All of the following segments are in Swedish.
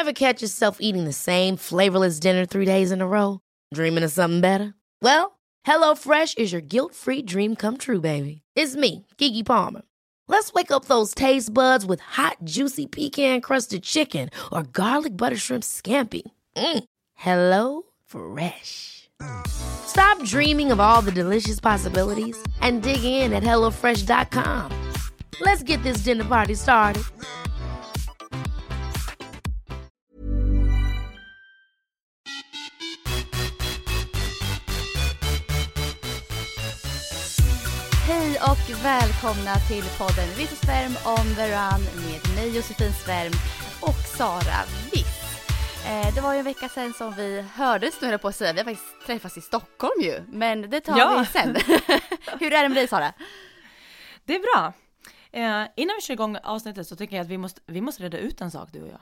Ever catch yourself eating the same flavorless dinner 3 days in a row? Dreaming of something better? Well, HelloFresh is your guilt-free dream come true, baby. It's me, Keke Palmer. Let's wake up those taste buds with hot, juicy pecan-crusted chicken or garlic butter shrimp scampi. Hello Fresh. Stop dreaming of all the delicious possibilities and dig in at HelloFresh.com. Let's get this dinner party started. Hej och välkomna till podden Viss och Svärm on the run med mig Josefin Svärm och Sara Viss. Det var ju en vecka sedan som vi hördes, nu höll jag på att säga. Vi har faktiskt träffats i Stockholm ju, men det tar vi sen. Hur är det med dig, Sara? Det är bra. Innan vi kör igång avsnittet så tycker jag att vi måste reda ut en sak, du och jag.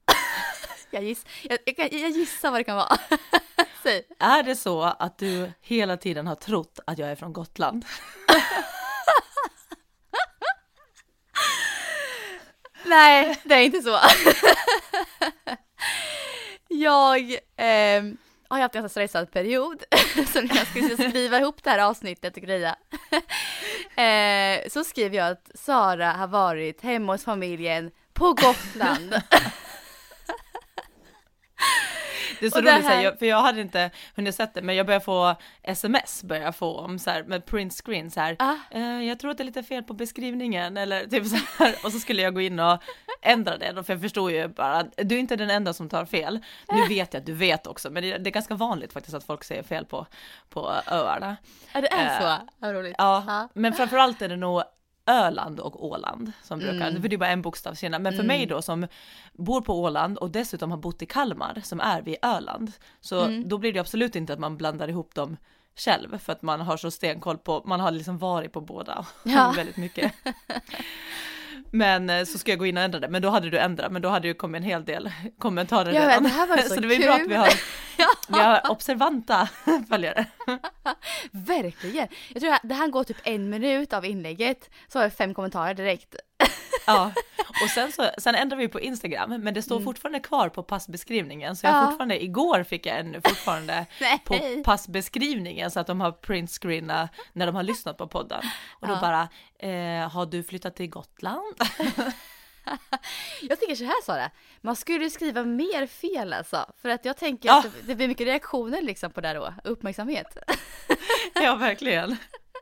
Jag gissar vad det kan vara. Säg. Är det så att du hela tiden har trott att jag är från Gotland? Nej, det är inte så. Jag har haft en ganska stressad period. Så när jag skulle skriva ihop det här avsnittet och greja. Så skrev jag att Sara har varit hemma hos familjen på Gotland. Det är så roligt, för jag hade inte hunnit sett det, men jag började få sms om så här, med print screen så här. Jag tror att det är lite fel på beskrivningen eller typ så här, och så skulle jag gå in och ändra det då, för jag förstår ju bara att du är inte den enda som tar fel. Nu vet jag att du vet också, men det är ganska vanligt faktiskt att folk säger fel på öarna. Ja, det är så. Vad roligt. Ja, men framförallt är det nog Öland och Åland som brukar, för det är bara en bokstavskillnad. Men för mig då som bor på Åland och dessutom har bott i Kalmar som är vid Öland, så då blir det absolut inte att man blandar ihop dem själv, för att man har så stenkoll på, man har liksom varit på båda väldigt mycket. Men så ska jag gå in och ändra det, men då hade du ändrat, men då hade ju kommit en hel del kommentarer redan. Det här var så det var ju bra att vi har observanta följare. Verkligen. Jag tror att det här går typ 1 minut av inlägget, så har jag 5 kommentarer direkt. Ja, och sen ändrar vi på Instagram, men det står fortfarande kvar på passbeskrivningen, så jag igår fick jag fortfarande på passbeskrivningen, så att de har printscreena när de har lyssnat på podden, och då bara, har du flyttat till Gotland? Jag tänker så här, Sara, man skulle skriva mer fel alltså, för att jag tänker att det blir mycket reaktioner liksom på det då, uppmärksamhet. Ja, verkligen.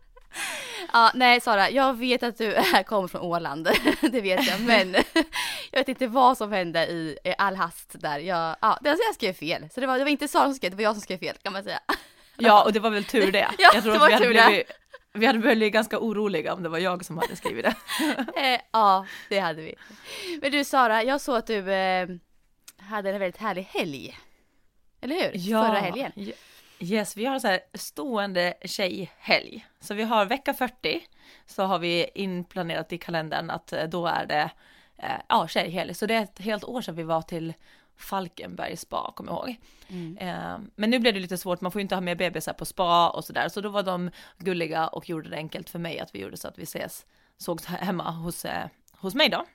Ja, nej Sara, jag vet att du kommer från Åland, det vet jag, men jag vet inte vad som hände i all hast där. Jag skrev fel, så det var inte Sara som skrev, det var jag som skrev fel, kan man säga. Ja, och det var väl tur det. Ja, jag tror att vi hade blivit ganska oroliga om det var jag som hade skrivit det. Ja, det hade vi. Men du Sara, jag såg att du hade en väldigt härlig helg, eller hur? Ja. Förra helgen. Yes, vi har så här stående tjejhelg. Så vi har vecka 40, så har vi inplanerat i kalendern att då är det tjejhelg. Så det är ett helt år sedan vi var till Falkenberg spa, kommer jag ihåg. Men nu blev det lite svårt, man får ju inte ha med bebisar på spa och sådär. Så då var de gulliga och gjorde det enkelt för mig att vi gjorde så att vi sågs hemma hos mig då.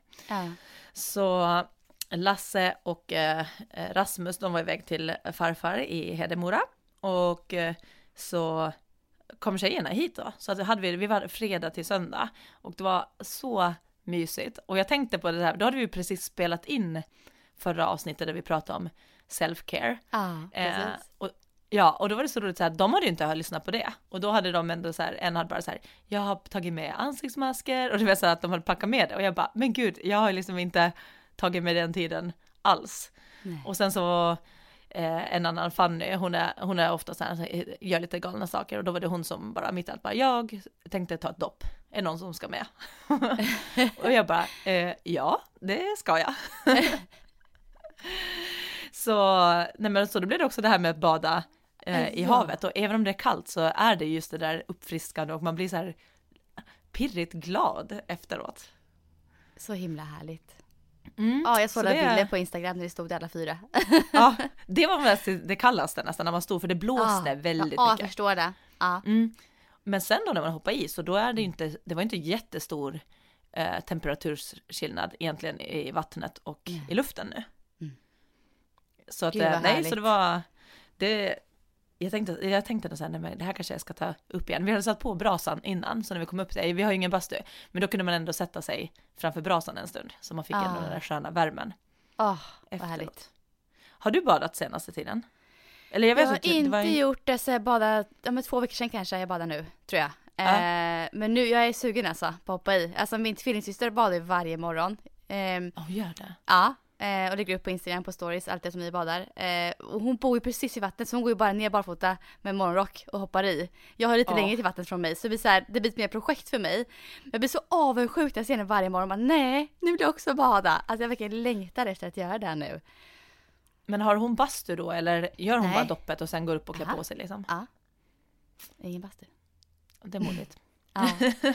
Så Lasse och Rasmus, de var iväg till farfar i Hedemora. Och så kom tjejerna hit då. Så att vi var fredag till söndag. Och det var så mysigt. Och jag tänkte på det här, då hade vi precis spelat in förra avsnittet där vi pratade om self-care. Och då var det så roligt så här, de hade ju inte lyssnat på det. Och då hade de ändå så här, en hade bara så här, jag har tagit med ansiktsmasker. Och det var så att de hade packat med det. Och jag bara, men gud, jag har liksom inte tagit med den tiden alls. Nej. Och sen så en annan Fanny, hon är ofta så här, gör lite galna saker, och då var det hon som bara mitt allt bara, jag tänkte ta ett dopp, är någon som ska med? Och jag bara, ja, det ska jag. Så då blir det också det här med att bada i havet, och även om det är kallt så är det just det där uppfriskande, och man blir så här pirrigt glad efteråt. Så himla härligt. Ja, jag såg den bilden på Instagram när vi stod där alla 4. Ja, det var mest det kallaste nästan när man stod, för det blåste väldigt mycket. Ja, jag förstår det. Ja. Men sen då när man hoppar i, så då är det var inte jättestor temperaturskillnad egentligen i vattnet och i luften nu. Så att, Gud, vad nej, härligt. så det var, det, jag tänkte då så här, nej, men det här kanske jag ska ta upp igen. Vi hade satt på brasan innan, så när vi kom upp där, vi har ju ingen bastu, men då kunde man ändå sätta sig framför brasan en stund, så man fick ändå den där sköna värmen. Vad efteråt. härligt. Har du badat senaste tiden? Eller jag vet Jag har inte, inte gjort det så jag badade, 2 veckor sedan kanske jag badar nu, tror jag. Men nu, jag är sugen alltså på att hoppa i. Alltså min tvillingsyster badar ju varje morgon. Gör det? Ja, och lägger upp på Instagram på stories allt det som vi badar. Och hon bor ju precis i vattnet, så hon går ju bara ner barfota med morgonrock och hoppar i. Jag har lite längre till vattnet från mig, så det blir ett mer projekt för mig. Jag blir så avundsjuk när jag ser henne varje morgon. Bara, nej, nu vill jag också bada. Alltså jag verkligen längtar efter att göra det här nu. Men har hon bastu då, eller gör hon Nej. bara doppet och sen går upp och klär på sig liksom? Ja, ingen bastu. Det är modigt. Ja.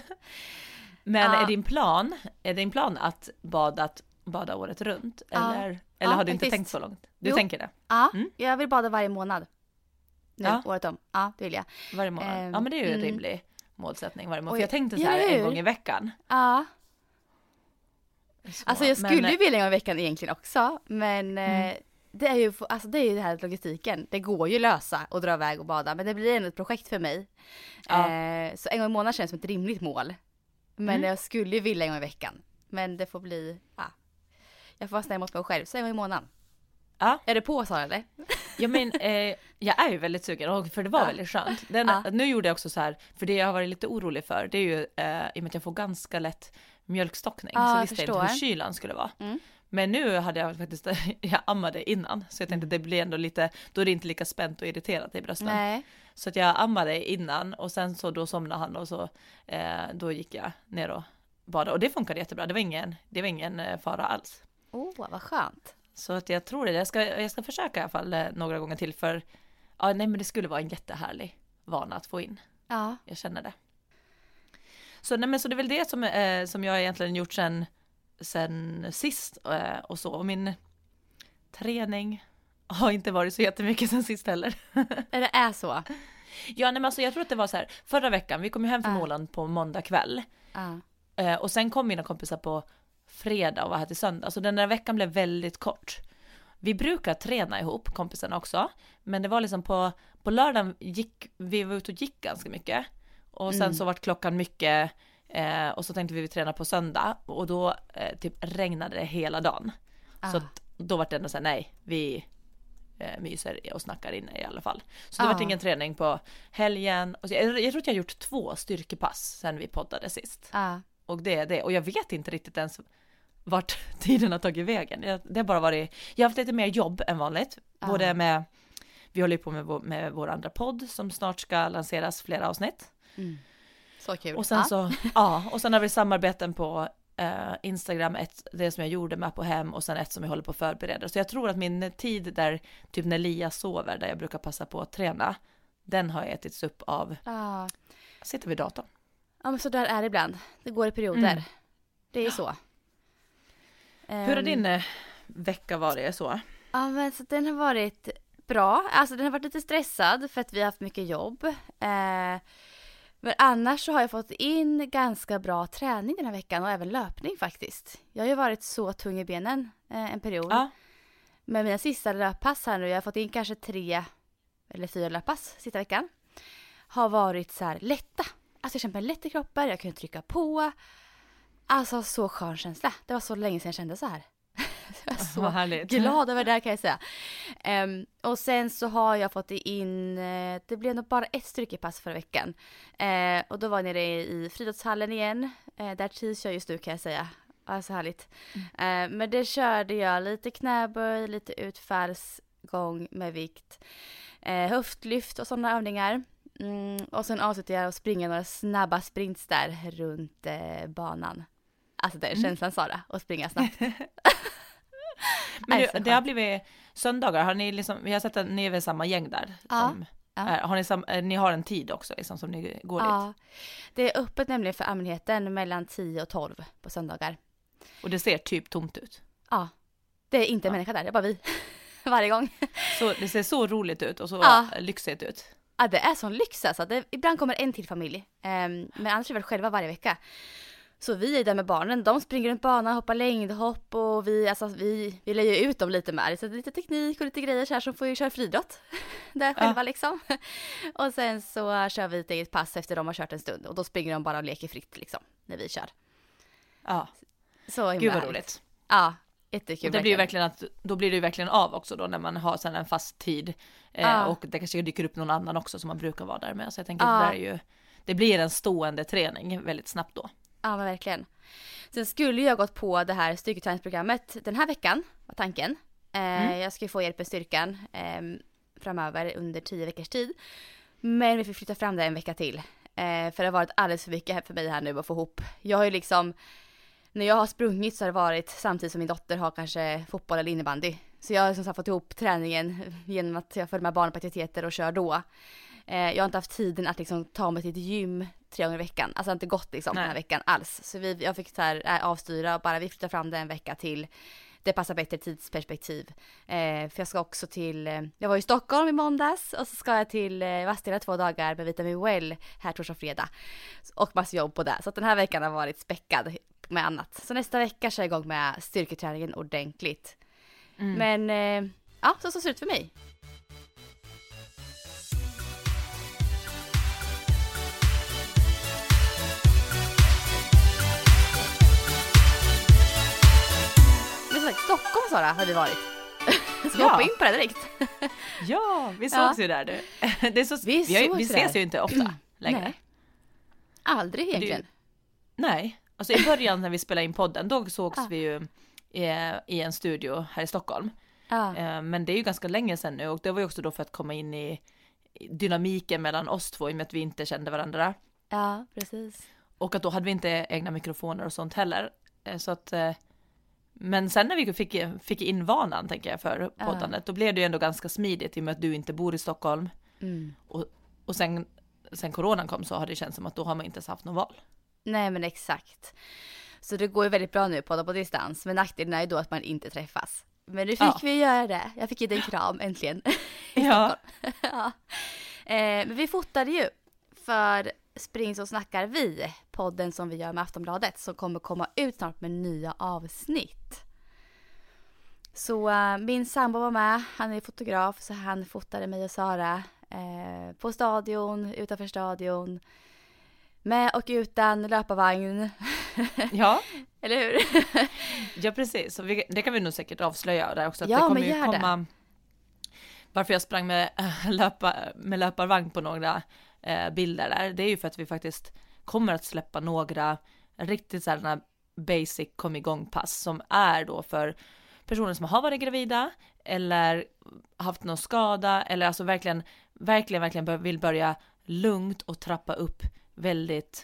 Men Ja. är din plan att bada året runt? Ja. Eller Ja, har du inte faktiskt. tänkt så långt? Du Jo. tänker det? Ja, Mm. jag vill bada varje månad. Nu, Ja. året om. Ja, det vill jag. Varje månad? Ja, men det är ju en rimlig målsättning varje månad. För jag tänkte så här eller en hur? gång i veckan. Ja. Så, Alltså jag skulle men, ju vilja en gång i veckan egentligen också. Men det är ju det här logistiken. Det går ju lösa och dra iväg och bada. Men det blir ändå ett projekt för mig. Ja. Så en gång i månaden känns som ett rimligt mål. Men jag skulle ju vilja en gång i veckan. Men det får bli, jag får vara snäll mot mig själv. Så en gång i månaden. Ja. Är det på, Sara, eller? Ja, men jag är ju väldigt sugen, för det var väldigt skönt. Nu gjorde jag också så här, för det jag har varit lite orolig för, det är ju i och med att jag får ganska lätt mjölkstockning, så visste jag inte hur kylan skulle vara. Men nu hade jag faktiskt, jag ammade innan, så jag tänkte det blir ändå lite, då är det inte lika spänt och irriterat i brösten. Nej. Så att jag ammade innan, och sen så då somnade han, och så då gick jag ner och badade, och det funkade jättebra, det var ingen fara alls. Vad skönt. Så att jag tror det. Jag ska försöka i alla fall några gånger till, för men det skulle vara en jättehärlig vana att få in. Ja. Jag känner det. Så det är väl det som jag egentligen gjort sen sist och så. Och min träning har inte varit så jättemycket sen sist heller. Det är så. Ja, men alltså jag tror att det var så här, förra veckan, vi kom ju hem från Åland på måndag kväll. Och sen kom mina kompisar på fredag och var här till söndag. Så den där veckan blev väldigt kort. Vi brukar träna ihop, kompisarna också. Men det var liksom på lördagen vi var ute och gick ganska mycket. Och sen så var klockan mycket. Och så tänkte vi träna på söndag. Och då typ regnade det hela dagen. Så då var det ändå så här, nej, vi myser och snackar inne i alla fall. Så det var ingen träning på helgen. Och jag tror att jag har gjort 2 styrkepass sen vi poddade sist. Och det är det. Och jag vet inte riktigt ens vart tiden har tagit vägen. Det har bara varit, jag har haft lite mer jobb än vanligt. Både med, vi håller på med vår andra podd som snart ska lanseras flera avsnitt. Så kul. Och sen och sen har vi samarbeten på Instagram, det som jag gjorde med på hem, och sen ett som jag håller på att förbereda. Så jag tror att min tid där, typ när Lia sover, där jag brukar passa på att träna, den har ätits upp av sitter vid datorn. Ja, men så där är det ibland. Det går i perioder. Det är ju så. Hur har din vecka varit så? Ja, men så den har varit bra. Alltså den har varit lite stressad för att vi har haft mycket jobb. Men annars så har jag fått in ganska bra träning den här veckan, och även löpning faktiskt. Jag har ju varit så tung i benen en period. Men mina sista löppass här nu, jag har fått in kanske 3 eller 4 löppass sista veckan, har varit så här lätta. Alltså jag känner mig lätt i kroppen, jag kunde trycka på. Alltså så skön känsla. Det var så länge sedan jag kände så här. Jag är så glad över det här, kan jag säga. Och sen så har jag fått in, det blev nog bara 1 styrkepass förra veckan. Och då var jag nere i friidrottshallen igen. Där trivs jag just nu, kan jag säga. Alltså härligt. Men det körde jag lite knäböj, lite utfallsgång med vikt. Höftlyft och sådana övningar. Och sen avslutade jag att springa några snabba sprints där runt banan. Alltså det är känslan, Sara, att springa snabbt. Men det har blivit söndagar, har ni liksom, vi har sett att ni är väl samma gäng där? Har ni har en tid också liksom, som ni går dit? Det är öppet nämligen för allmänheten mellan 10 och 12 på söndagar. Och det ser typ tomt ut? Ja, det är inte en människa där, det är bara vi. Varje gång. Så det ser så roligt ut och så lyxigt ut? Ja, det är sån lyx alltså. Ibland kommer en till familj. Men annars är vi väl själva varje vecka. Så vi är där med barnen, de springer runt banan, hoppar längdhopp och vi lär ju ut dem lite mer. Så lite teknik och lite grejer så här som får ju köra friidrott där själva liksom. Och sen så kör vi ett eget pass efter de har kört en stund och då springer de bara och leker fritt liksom när vi kör. Ja, så gud vad roligt. Ja, jättekul. Och det blir ju verkligen då blir det ju verkligen av också då när man har sedan en fast tid och det kanske dyker upp någon annan också som man brukar vara där med. Så jag tänker att det blir en stående träning väldigt snabbt då. Ja, men verkligen. Sen skulle jag gått på det här styrketräningsprogrammet den här veckan, var tanken. Jag ska ju få hjälp med styrkan framöver under 10 veckors tid. Men vi får flytta fram det en vecka till. För det har varit alldeles för mycket för mig här nu att få ihop. Jag har ju liksom, när jag har sprungit så har det varit samtidigt som min dotter har kanske fotboll eller innebandy. Så jag har liksom fått ihop träningen genom att jag följer med barnen på aktiviteter och kör då. Jag har inte haft tiden att liksom ta mig till ett gym 3 gånger i veckan. Alltså inte gått liksom den här veckan alls. Så jag fick så här, avstyra och bara vi flyttar fram det en vecka till. Det passar bättre tidsperspektiv. För jag ska också jag var i Stockholm i måndags och så ska jag till Vadstena 2 dagar med Vitamin Well här torsdag och fredag. Och massa jobb på det. Så att den här veckan har varit späckad med annat. Så nästa vecka kör jag igång med styrketräningen ordentligt. Men ja, så ser det ut för mig. Stockholm Sara har vi varit. Ska vi hoppa in på det direkt? Ja, vi sågs ju där du. Det är så, vi ses ju inte ofta längre. Nej. Aldrig egentligen. Nej, alltså i början när vi spelade in podden då sågs vi ju i en studio här i Stockholm. Men det är ju ganska länge sedan nu och det var ju också då för att komma in i dynamiken mellan oss två i och med att vi inte kände varandra. Ja, precis. Och att då hade vi inte egna mikrofoner och sånt heller. Så att men sen när vi fick in vanan tänker jag för poddandet, då blev det ju ändå ganska smidigt i och med att du inte bor i Stockholm. Och sen coronan kom så har det känts som att då har man inte ens haft någon val. Nej men exakt. Så det går ju väldigt bra nu på distans, men nackdelen är ju då att man inte träffas. Men nu fick vi göra det. Jag fick ju en kram äntligen i Stockholm. Men vi fotade ju för Spring så snackar vi, podden som vi gör med Aftonbladet som kommer komma ut snart med nya avsnitt. Så min sambo var med, han är fotograf så han fotade mig och Sara på stadion, utanför stadion, med och utan löparvagn. Ja. Eller hur? Ja, precis. Så det kan vi nog säkert avslöja där också. Att ja, det kommer men ju komma. Det. Varför jag sprang med löparvagn på några bilder där, det är ju för att vi faktiskt kommer att släppa några riktigt sådana basic kom igång pass som är då för personer som har varit gravida eller haft någon skada eller alltså verkligen vill börja lugnt och trappa upp väldigt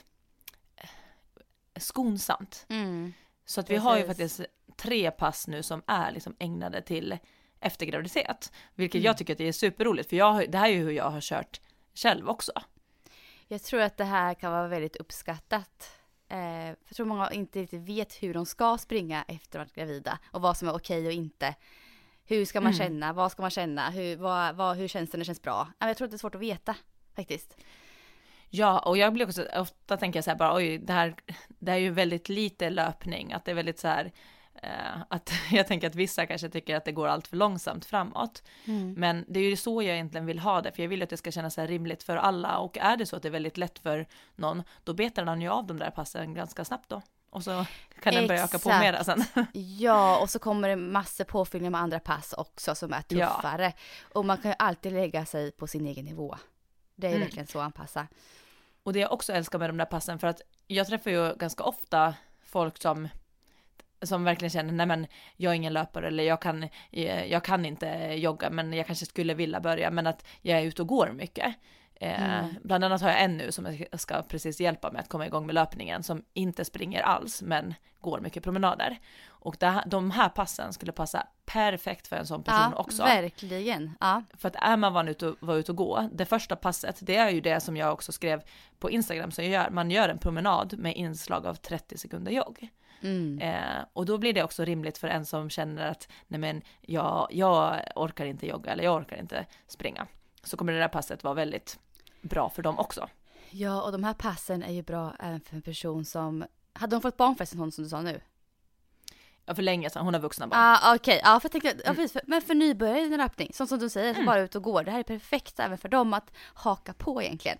skonsamt. Så att vi har ju faktiskt 3 pass nu som är liksom ägnade till efter graviditet, vilket jag tycker att det är superroligt för det här är ju hur jag har kört själv också. Jag tror att det här kan vara väldigt uppskattat. Jag tror många inte riktigt vet hur de ska springa efter att vara gravida och vad som är okej och inte. Hur ska man känna? Vad ska man känna? Hur känns det när det känns bra? Jag tror att det är svårt att veta faktiskt. Ja, och jag blir också ofta tänker jag så här bara oj, det är ju väldigt lite löpning, att det är väldigt så här att jag tänker att vissa kanske tycker att det går allt för långsamt framåt. Men det är ju så jag egentligen vill ha det, för jag vill att det ska kännas så här rimligt för alla, och är det så att det är väldigt lätt för någon, då betar den ju av de där passen ganska snabbt då. Och så kan den börja öka på mera sen. Ja, och så kommer det massor påfyllningar med andra pass också som är tuffare. Ja. Och man kan ju alltid lägga sig på sin egen nivå. Det är verkligen så anpassa. Och det jag också älskar med de där passen, för att jag träffar ju ganska ofta folk som verkligen känner, nej men jag är ingen löpare eller jag kan inte jogga men jag kanske skulle vilja börja, men att jag är ute och går mycket. Bland annat har jag en nu som jag ska precis hjälpa med att komma igång med löpningen, som inte springer alls men går mycket promenader. Och de här passen skulle passa perfekt för en sån person också. Verkligen. Ja. För att är man var ute och gå, det första passet, det är ju det som jag också skrev på Instagram, så man gör en promenad med inslag av 30 sekunder jogg. Och då blir det också rimligt för en som känner att nej men jag orkar inte jogga eller jag orkar inte springa. Så kommer det där passet vara väldigt bra för dem också. Ja, och de här passen är ju bra även för en person som Hade hon fått barn förresten, hon som du sa nu? Ja, för länge sedan. Hon har vuxna barn. Okej. Ja, för jag tänkte, men för nybörjare i en löpning, som du säger, så bara ut och går. Det här är perfekt även för dem att haka på egentligen.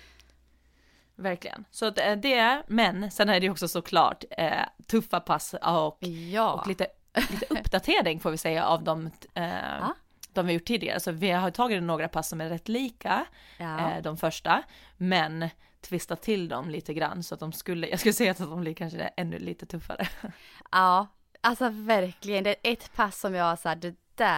Verkligen. Så det, men sen är det ju också såklart tuffa pass och lite uppdatering får vi säga av de vi gjort tidigare. Så vi har tagit några pass som är rätt lika de första, men twista till dem lite grann så att jag skulle säga att de blir kanske ännu lite tuffare. Ja, alltså verkligen. Det är ett pass som jag sa, det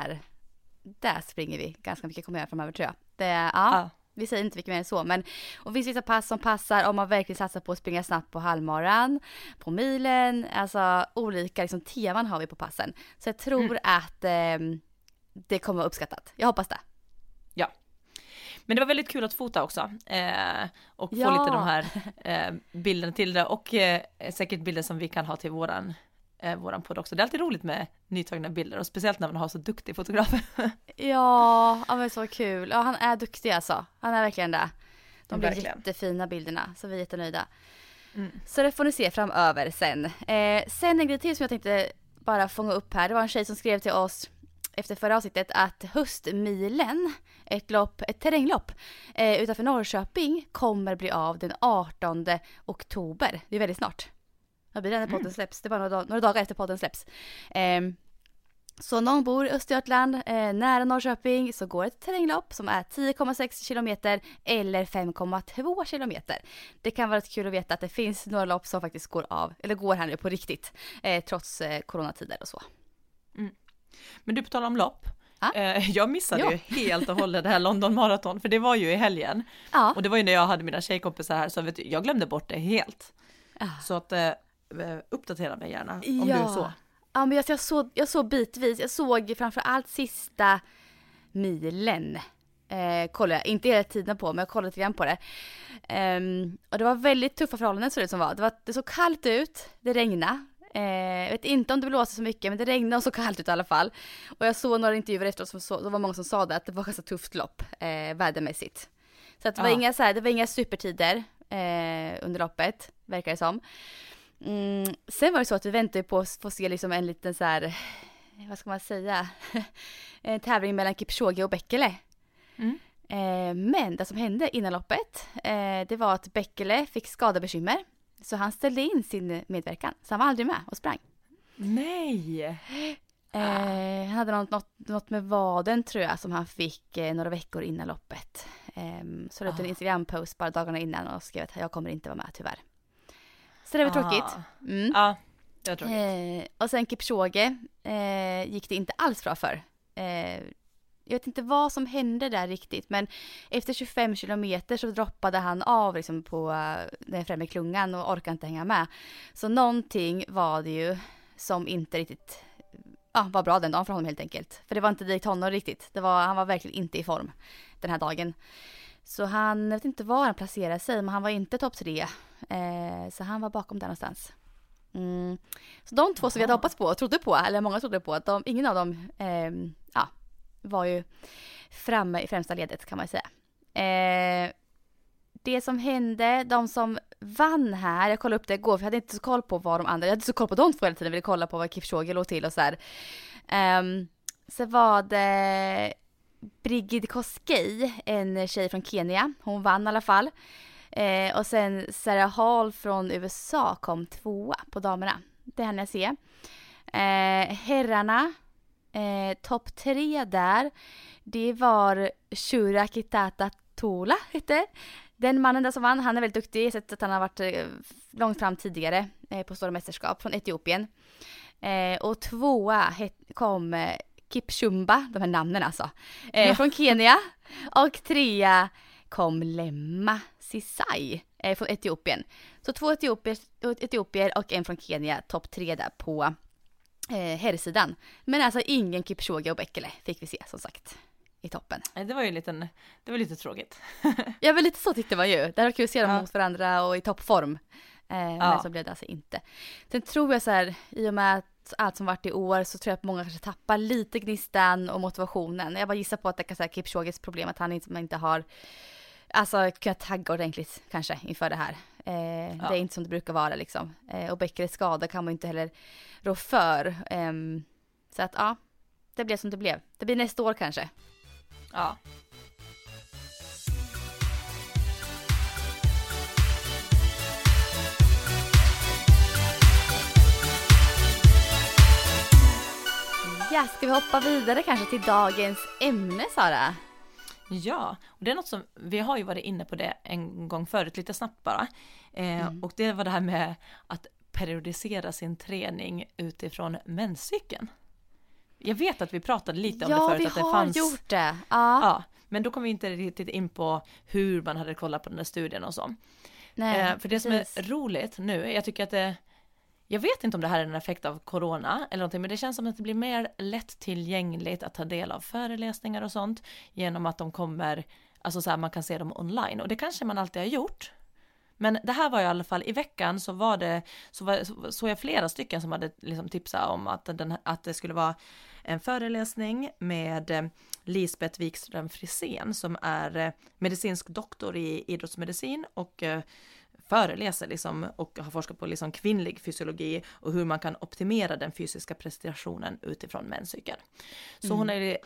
där springer vi ganska mycket kommer jag framöver tror jag. Vi säger inte mycket mer än så, men och det finns vissa pass som passar om man verkligen satsar på att springa snabbt på halvmaran, på milen, alltså olika liksom, teman har vi på passen. Så jag tror att det kommer vara uppskattat. Jag hoppas det. Ja. Men det var väldigt kul att fota också och få lite de här bilderna till det och säkert bilder som vi kan ha till våran podd också. Det är alltid roligt med nytagna bilder och speciellt när man har så duktig fotograf. Ja, men så kul. Ja, han är duktig alltså. Han är verkligen det. De blir jättefina bilderna, så vi är jättenöjda. Så det får ni se framöver sen. Sen en grej till som jag tänkte bara fånga upp här. Det var en tjej som skrev till oss efter förra avsnittet att höstmilen, ett terränglopp utanför Norrköping kommer bli av den 18 oktober. Det är väldigt snart. Det blir när podden släpps. Det är bara några dagar efter podden släpps. Så om någon bor i Östergötland, nära Norrköping, så går ett terränglopp som är 10,6 kilometer eller 5,2 kilometer. Det kan vara kul att veta att det finns några lopp som faktiskt går här nu på riktigt, trots coronatider och så. Men du, på tal om lopp, jag missade ju helt och hållet det här London Marathon, för det var ju i helgen. Och det var ju när jag hade mina tjejkompisar här, så jag glömde bort det helt. Så att uppdatera mig gärna om du är så. Ja, men jag såg bitvis. Jag såg framförallt sista milen. Kollade jag, inte hela tiden på, men jag kollade lite grann på det. Och det var väldigt tuffa förhållanden så det som var. Det såg kallt ut, det regnade. Jag vet inte om det blåste så mycket, men det regnade och så kallt ut i alla fall. Och jag såg några intervjuer efteråt, det var många som sa det, att det var ganska tufft lopp vädermässigt. Så att det var inga supertider under loppet, verkar det som. Sen var det så att vi väntade på att få se liksom en liten så här, vad ska man säga, en tävling mellan Kipchoge och Bekele. Men det som hände innan loppet, det var att Bekele fick skadebekymmer, så han ställde in sin medverkan, så han var aldrig med och sprang. Nej! Han hade något med vaden tror jag som han fick några veckor innan loppet. Så det var en Instagram-post bara dagarna innan och skrev att jag kommer inte vara med tyvärr. Så det var tråkigt. Ja, det var tråkigt. Och sen Kipchoge gick det inte alls bra för. Jag vet inte vad som hände där riktigt, men efter 25 kilometer så droppade han av liksom på den främre klungan och orkade inte hänga med. Så någonting var det ju som inte riktigt var bra den dagen för honom helt enkelt. För det var inte direkt honom riktigt. Han var verkligen inte i form den här dagen. Så jag vet inte var han placerade sig, men han var inte topp 3. Så han var bakom där någonstans. Så de två som vi hade hoppats på och trodde på, eller många trodde på, att ingen av dem var ju framme i främsta ledet kan man säga. Det som hände, de som vann här, jag kollade upp det igår för jag hade inte så koll på vad de andra, jag hade så koll på de två hela tiden, jag ville kolla på vad Kipchoge låg till och så här. Så var det Brigid Kosgei, en tjej från Kenya, hon vann i alla fall. Och sen Sarah Hall från USA kom 2 på damerna. Det är henne jag ser. Herrarna, topp 3 där. Det var Shura Kitata Tola hette. Den mannen där som vann, han är väldigt duktig. Jag har sett att han har varit långt fram tidigare på stora mästerskap från Etiopien. Och 2 kom Kipchumba, de här namnen alltså, från Kenya. Och 3 kom Lemma Sisai från Etiopien. Så 2 etiopier och en från Kenya, topp 3 där på herrsidan. Men alltså ingen Kipchoge och Bekele fick vi se som sagt i toppen. Det var lite tråkigt. Ja, men lite så tyckte man ju. Det var kul att se dem mot varandra och i toppform. Men så blev det alltså inte. Sen tror jag så här, i och med att allt som varit i år så tror jag att många kanske tappar lite gnistan och motivationen. Jag bara gissar på att det kan säga Kipchoges problem att han inte har alltså kunna tagga ordentligt kanske inför det här. Det är inte som det brukar vara liksom. Och bäckare skada kan man inte heller rå för. Så att ja, det blev som det blev. Det blir nästa år kanske. Ja. Ja, ska vi hoppa vidare kanske till dagens ämne, Sara? Ja, och det är något som vi har ju varit inne på det en gång förut, lite snabbt bara. Och det var det här med att periodisera sin träning utifrån menscykeln. Jag vet att vi pratade lite om det förut. Att det fanns... gjort det. Ja, men då kom vi inte riktigt in på hur man hade kollat på den här studien och så. Nej, för det som är roligt nu, jag tycker att det... Jag vet inte om det här är en effekt av corona eller någonting, men det känns som att det blir mer lättillgängligt att ta del av föreläsningar och sånt genom att de kommer, alltså så här, man kan se dem online, och det kanske man alltid har gjort. Men det här var i alla fall i veckan så jag flera stycken som hade liksom tipsat om att det skulle vara en föreläsning med Lisbeth Wikström Frisén som är medicinsk doktor i idrottsmedicin och föreläser liksom, och har forskat på liksom kvinnlig fysiologi och hur man kan optimera den fysiska prestationen utifrån menscykeln. Så hon är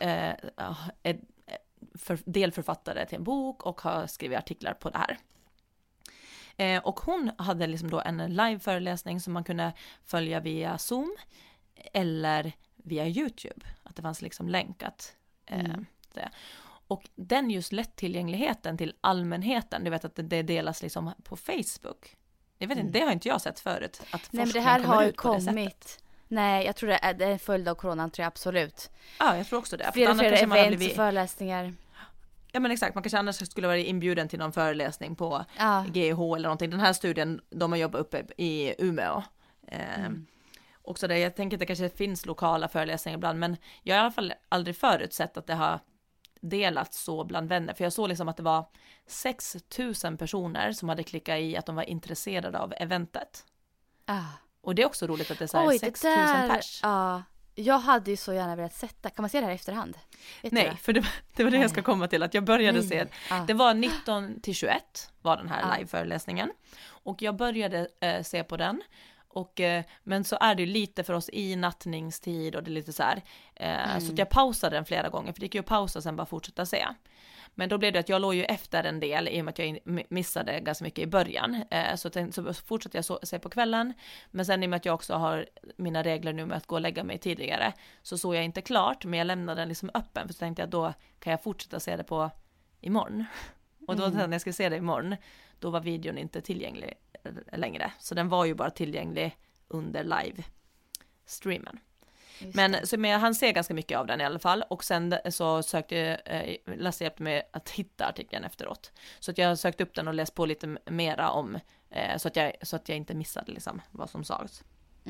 delförfattare till en bok och har skrivit artiklar på det här. Och hon hade liksom då en live-föreläsning som man kunde följa via Zoom eller via YouTube. Att det fanns liksom länkat. Det. Och den just lättillgängligheten till allmänheten, du vet att det delas liksom på Facebook. Jag vet inte, det har inte jag sett förut. Att nej, men det här har ju kommit. Nej, jag tror det är en följd av coronan, tror jag absolut. Ja, jag tror också det. Flera events och föreläsningar. Ja, men exakt, man kanske annars skulle vara inbjuden till någon föreläsning på GH eller någonting. Den här studien, de har jobbat uppe i Umeå. Och så där, jag tänker att det kanske finns lokala föreläsningar ibland, men jag har i alla fall aldrig förutsett att det har delats så bland vänner, för jag såg liksom att det var 6 000 personer som hade klickat i att de var intresserade av eventet. Och det är också roligt att det är så här 6 000 pers. Jag hade ju så gärna velat sätta. Kan man se det här i efterhand? Nej, för det var det jag ska komma till, att jag började se. Det var 19-21 var den här live-föreläsningen. Och jag började se på den. Och, men så är det ju lite för oss i nattningstid och det är lite så här. Så att jag pausade den flera gånger, för det gick ju att pausa och sen bara fortsätta se. Men då blev det att jag låg ju efter en del i och med att jag missade ganska mycket i början. Så fortsatte jag se på kvällen. Men sen i och med att jag också har mina regler nu med att gå och lägga mig tidigare, så såg jag inte klart, men jag lämnade den liksom öppen. För så tänkte jag, då kan jag fortsätta se det på imorgon. Och då när jag skulle se det imorgon, då var videon inte tillgänglig längre. Så den var ju bara tillgänglig under live-streamen. Men han ser ganska mycket av den i alla fall. Och sen så Lasse hjälpte mig att hitta artikeln efteråt. Så att jag sökte upp den och läste på lite mera om, så att jag inte missade liksom vad som sades.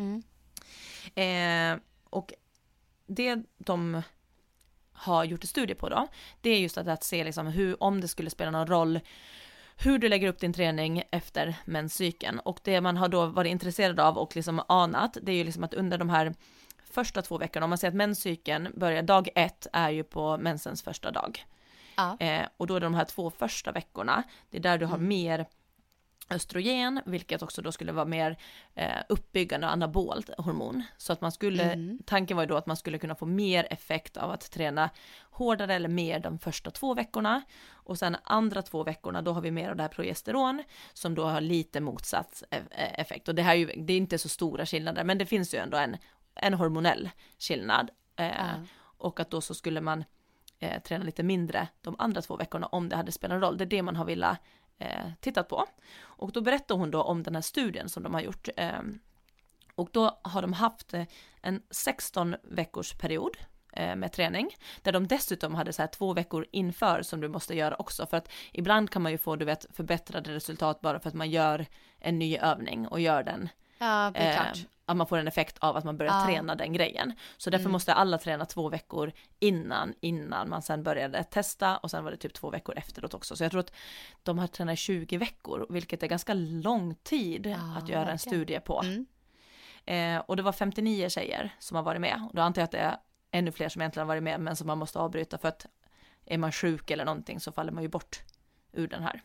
Och det de har gjort en studie på då, det är just att se liksom om det skulle spela någon roll hur du lägger upp din träning efter menscykeln. Och det man har då varit intresserad av och liksom anat, det är ju liksom att under de här första 2 veckorna, om man säger att menscykeln börjar dag 1 är ju på mensens första dag. Och då är det de här 2 första veckorna, det är där du har mer östrogen, vilket också då skulle vara mer uppbyggande och anabolt hormon. Så att man skulle, tanken var ju då att man skulle kunna få mer effekt av att träna hårdare eller mer de första 2 veckorna. Och sen andra 2 veckorna, då har vi mer av det här progesteron som då har lite motsatt effekt. Och det är inte så stora skillnader, men det finns ju ändå en hormonell skillnad. Och att då så skulle man träna lite mindre de andra 2 veckorna om det hade spelat roll. Det är det man har velat tittat på. Och då berättar hon då om den här studien som de har gjort. Och då har de haft en 16 veckors period med träning, där de dessutom hade så här 2 veckor inför som du måste göra också, för att ibland kan man ju få, du vet, förbättrade resultat bara för att man gör en ny övning och gör den. Ja, det är klart. Att man får en effekt av att man börjar träna den grejen. Så därför måste alla träna 2 veckor innan man sen började testa, och sen var det typ 2 veckor efteråt också. Så jag tror att de har tränat 20 veckor, vilket är ganska lång tid att göra en studie på. Och det var 59 tjejer som har varit med. Och då antar jag att det är ännu fler som egentligen har varit med, men som man måste avbryta för att är man sjuk eller någonting så faller man ju bort ur den här.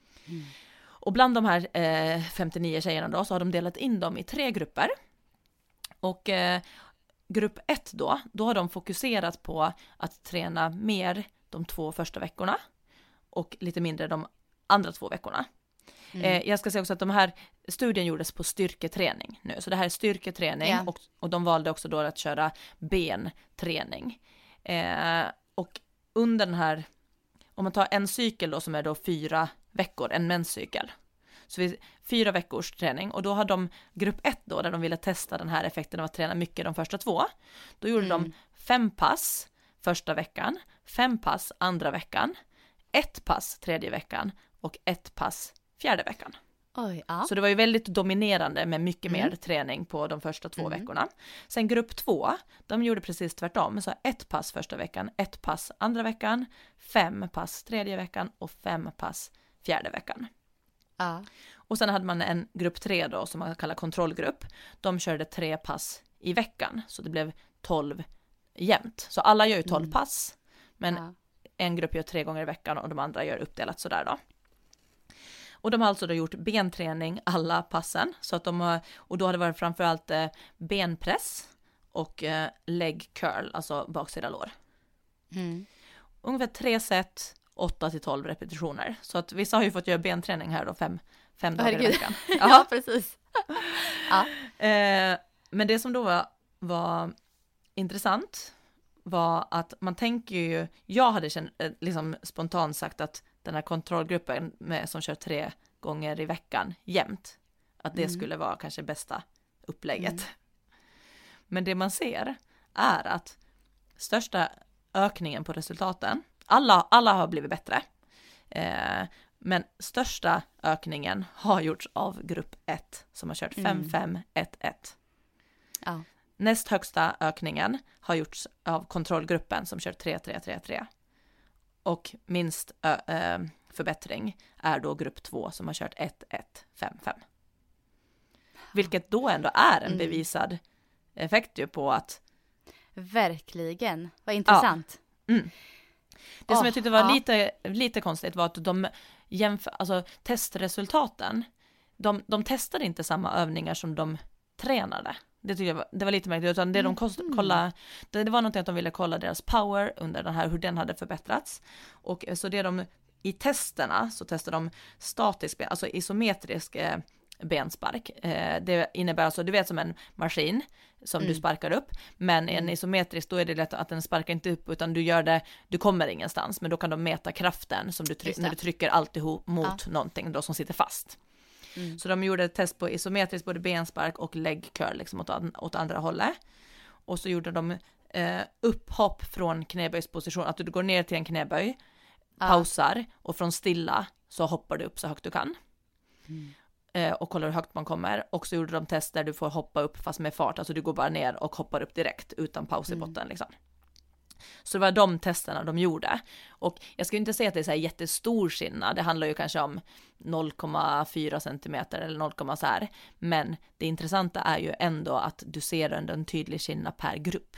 Och bland de här 59 tjejerna då så har de delat in dem i 3 grupper. Och grupp 1 då har de fokuserat på att träna mer de 2 första veckorna och lite mindre de andra 2 veckorna. Jag ska säga också att de här studien gjordes på styrketräning nu. Så det här är styrketräning och de valde också då att köra benträning. Och under den här, om man tar en cykel då som är då 4 veckor, en menscykel. Så vi 4 veckors träning och då har de grupp 1 då där de ville testa den här effekten av att träna mycket de första 2. Då gjorde de 5 pass första veckan, 5 pass andra veckan, 1 pass tredje veckan och 1 pass fjärde veckan. Oj, ja. Så det var ju väldigt dominerande med mycket mer träning på de första 2 veckorna. Sen grupp 2, de gjorde precis tvärtom. Så 1 pass första veckan, 1 pass andra veckan, 5 pass tredje veckan och 5 pass fjärde veckan. Ja. Och sen hade man en grupp 3 då som man kallar kontrollgrupp. De körde 3 pass i veckan. Så det blev 12 jämnt. Så alla gör ju 12 pass. Men en grupp gör 3 gånger i veckan och de andra gör uppdelat sådär då. Och de har alltså då gjort benträning alla passen. Så att och då har det varit framförallt benpress och leg curl, alltså baksida lår. Ungefär 3 set, 8-12 repetitioner. Så att vissa har ju fått göra benträning här då 5 dagar i veckan. Ja, precis. Ja. Men det som då var intressant var att man tänker ju, jag hade liksom spontant sagt att den här kontrollgruppen som kör 3 gånger i veckan jämt, att det skulle vara kanske bästa upplägget. Men det man ser är att största ökningen på resultaten, alla har blivit bättre, men största ökningen har gjorts av grupp 1 som har kört 5-5-1-1. Ja. Näst högsta ökningen har gjorts av kontrollgruppen som kör 3-3-3-3. Och minst förbättring är då grupp 2 som har kört 1-1-5-5. Vilket då ändå är en bevisad effekt ju på att... Verkligen, vad intressant. Ja. Det som jag tyckte var lite konstigt var att de alltså testresultaten, de testade inte samma övningar som de tränade. Det tycker jag det var lite märkligt, utan det de kollade, det var något att de ville kolla deras power under den här, hur den hade förbättrats. Och så det de i testerna så testade de statisk, alltså isometrisk benspark. Det innebär alltså, du vet, som en maskin som du sparkar upp, men en isometrisk, då är det lätt att den sparkar inte upp, utan du kommer ingenstans, men då kan de mäta kraften som när du trycker alltihop mot någonting då som sitter fast. Så de gjorde ett test på isometriskt både benspark och leg curl liksom åt andra hållet. Och så gjorde de upphopp från knäböjsposition, att du går ner till en knäböj, pausar och från stilla så hoppar du upp så högt du kan. Och kollar hur högt man kommer. Och så gjorde de test där du får hoppa upp fast med fart, alltså du går bara ner och hoppar upp direkt utan paus i botten liksom. Så det var de testerna de gjorde. Och jag skulle inte säga att det är så här jättestor skillnad. Det handlar ju kanske om 0,4 centimeter eller 0, så här. Men det intressanta är ju ändå att du ser en tydlig skillnad per grupp.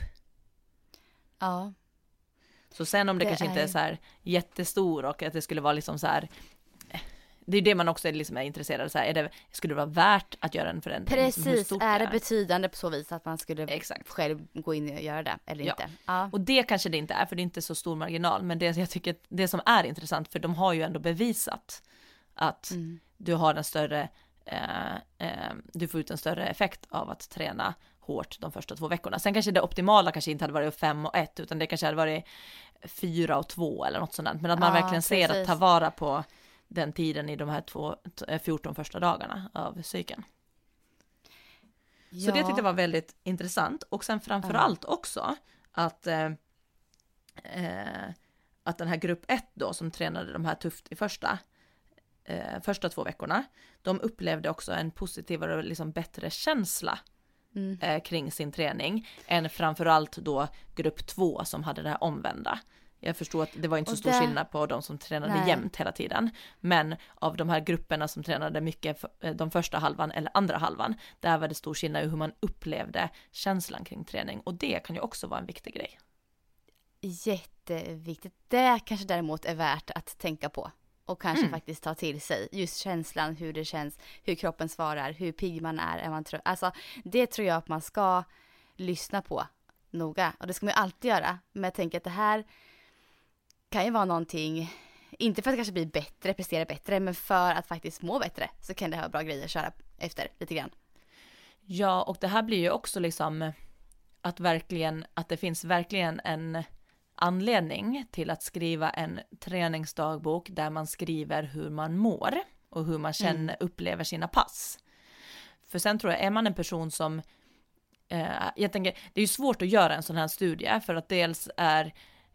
Ja. Så sen om det kanske inte är så här jättestor och att det skulle vara liksom så här... Det är det man också liksom är intresserad av. Så här, skulle det vara värt att göra en förändring? Precis, är det betydande på så vis att man skulle själv gå in och göra det eller inte? Ja. Och det kanske det inte är, för det är inte så stor marginal. Men jag tycker det som är intressant, för de har ju ändå bevisat att du har en större, du får ut en större effekt av att träna hårt de första 2 veckorna. Sen kanske det optimala kanske inte hade varit 5 och 1, utan det kanske hade varit 4 och 2 eller något sådant. Men att man verkligen ser att ta vara på den tiden i de här 14 första dagarna av cykeln. Så det tyckte jag var väldigt intressant. Och sen framförallt också att den här grupp 1 då som tränade de här tufft i första 2 veckorna, de upplevde också en positivare och liksom bättre känsla kring sin träning än framförallt då grupp 2 som hade det här omvända. Jag förstår att det var inte så stor skillnad på de som tränade jämt hela tiden. Men av de här grupperna som tränade mycket de första halvan eller andra halvan, där var det stor skillnad i hur man upplevde känslan kring träning. Och det kan ju också vara en viktig grej. Jätteviktigt. Det kanske däremot är värt att tänka på. och kanske faktiskt ta till sig just känslan, hur det känns, hur kroppen svarar, hur pigg man är man trött. Alltså det tror jag att man ska lyssna på noga, och det ska man ju alltid göra, men jag tänker att det här kan ju vara någonting, inte för att kanske bli bättre, prestera bättre, men för att faktiskt må bättre, så kan det ha bra grejer att köra efter lite grann. Ja, och det här blir ju också liksom att det finns verkligen en anledning till att skriva en träningsdagbok där man skriver hur man mår och hur man upplever sina pass. För sen tror jag, är man en person som jag tänker, det är ju svårt att göra en sån här studie, för att dels är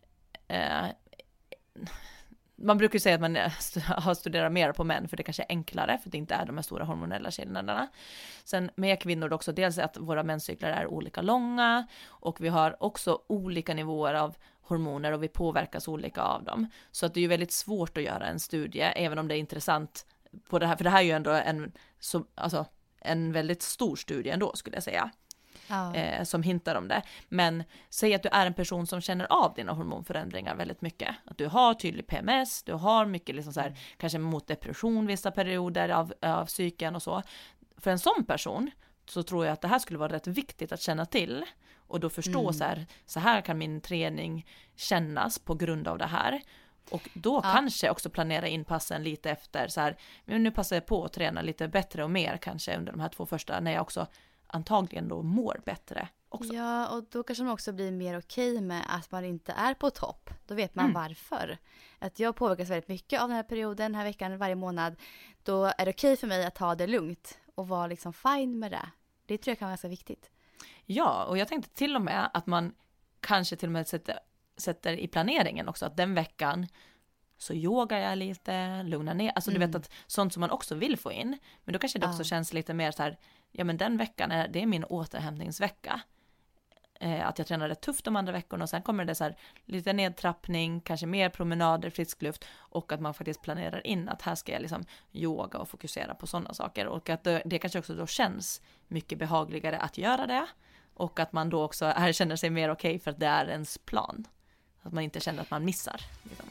man brukar ju säga att man har studerat mer på män, för det kanske är enklare, för det inte är de här stora hormonella skillnaderna. Sen med kvinnor också, dels att våra menscyklar är olika långa, och vi har också olika nivåer av hormoner, och vi påverkas olika av dem. Så att det är ju väldigt svårt att göra en studie, även om det är intressant på det här, för det här är ju ändå en väldigt stor studie ändå, skulle jag säga. Som hintar om det. Men säg att du är en person som känner av dina hormonförändringar väldigt mycket. Att du har tydlig PMS, du har mycket liksom så här, kanske mot depression vissa perioder av psyken och så. För en sån person så tror jag att det här skulle vara rätt viktigt att känna till. Och då förstå så här kan min träning kännas på grund av det här. Och då kanske också planera in passen lite efter så här, men nu passar jag på att träna lite bättre och mer kanske under de här 2 första, när jag också antagligen då mår bättre också. Ja, och då kanske man också blir mer okej med att man inte är på topp. Då vet man varför. Att jag påverkas väldigt mycket av den här perioden, den här veckan, varje månad. Då är det okej för mig att ta det lugnt och vara liksom fine med det. Det tror jag kan vara ganska viktigt. Ja, och jag tänkte till och med att man kanske till och med sätter i planeringen också, att den veckan så yogar jag lite, lugnar ner. Alltså du vet att sånt som man också vill få in. Men då kanske det också känns lite mer så här, ja men den veckan det är min återhämtningsvecka. Att jag tränar rätt tufft de andra veckorna, och sen kommer det så här lite nedtrappning, kanske mer promenader, frisk luft, och att man faktiskt planerar in att här ska jag liksom yoga och fokusera på sådana saker, och att det kanske också då känns mycket behagligare att göra det, och att man då också känner sig mer okej för att det är ens plan. Att man inte känner att man missar liksom.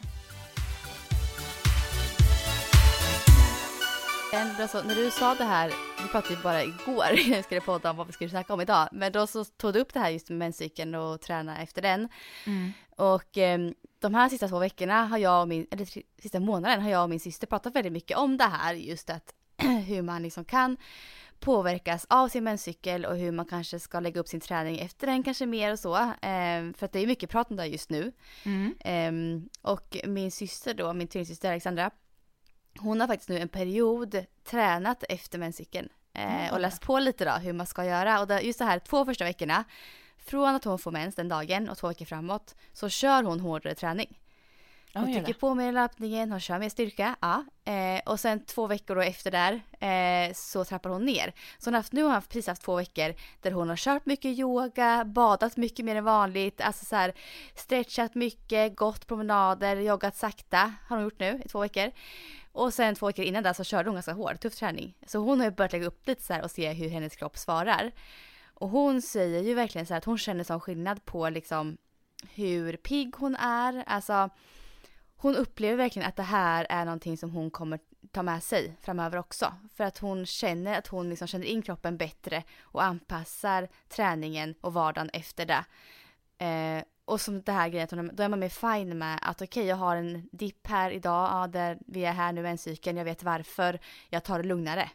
Alltså, när du sa det här, vi pratade ju bara igår när vi skulle podda om vad vi skulle snacka om idag, men då så tog du upp det här just med menscykeln och träna efter den. Och de här sista 2 veckorna sista månaden har jag och min syster pratat väldigt mycket om det här, just att hur man liksom kan påverkas av sin menscykel och hur man kanske ska lägga upp sin träning efter den kanske mer och så. För att det är mycket prat om det just nu. Och min syster då, min tvillingsyster Alexandra, hon har faktiskt nu en period tränat efter menscykeln och läst på lite då hur man ska göra. Och just det här 2 första veckorna, från att hon får mens den dagen och 2 veckor framåt, så kör hon hårdare träning. Hon trycker på med löpningen, hon kör mer styrka. Och sen 2 veckor då efter där så trappar hon ner. Så nu har hon precis haft 2 veckor där hon har kört mycket yoga, badat mycket mer än vanligt. Alltså så här, stretchat mycket, gått promenader, joggat sakta har hon gjort nu i 2 veckor. Och sen 2 veckor innan där så körde hon ganska hård, tuff träning. Så hon har ju börjat lägga upp lite så här och se hur hennes kropp svarar. Och hon säger ju verkligen så här att hon känner sån skillnad på liksom hur pigg hon är. Alltså hon upplever verkligen att det här är någonting som hon kommer ta med sig framöver också. För att hon känner att hon liksom känner in kroppen bättre och anpassar träningen och vardagen efter det. Och som det här grejen, då är man mer fine med att okej, jag har en dipp här idag, där vi är här nu med en cykeln, jag vet varför, jag tar det lugnare.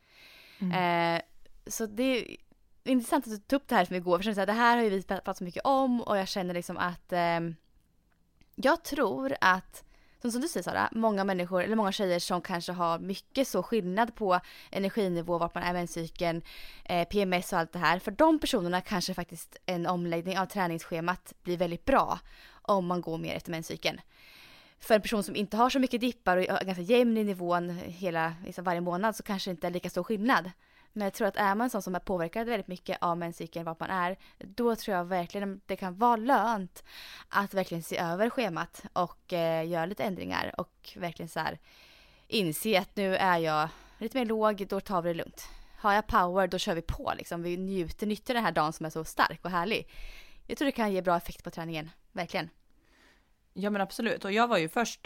Så det är intressant att du tog upp det här som igår, för det här har ju vi pratat så mycket om, och jag känner liksom att jag tror att, som du säger Sara, många människor eller många tjejer som kanske har mycket så skillnad på energinivå, vart man är med en cykeln, PMS och allt det här. För de personerna kanske faktiskt en omläggning av träningsschemat blir väldigt bra om man går mer efter menscykeln. För en person som inte har så mycket dippar och är ganska jämn i nivån varje månad, så kanske inte är lika stor skillnad. Men jag tror att är man sån som är påverkad väldigt mycket av menscykeln, vart man är, då tror jag verkligen det kan vara lönt att verkligen se över schemat och göra lite ändringar och verkligen så här inse att nu är jag lite mer låg, då tar vi det lugnt. Har jag power, då kör vi på liksom. Vi nyttjar den här dagen som är så stark och härlig. Jag tror det kan ge bra effekt på träningen, verkligen. Ja men absolut, och jag var ju först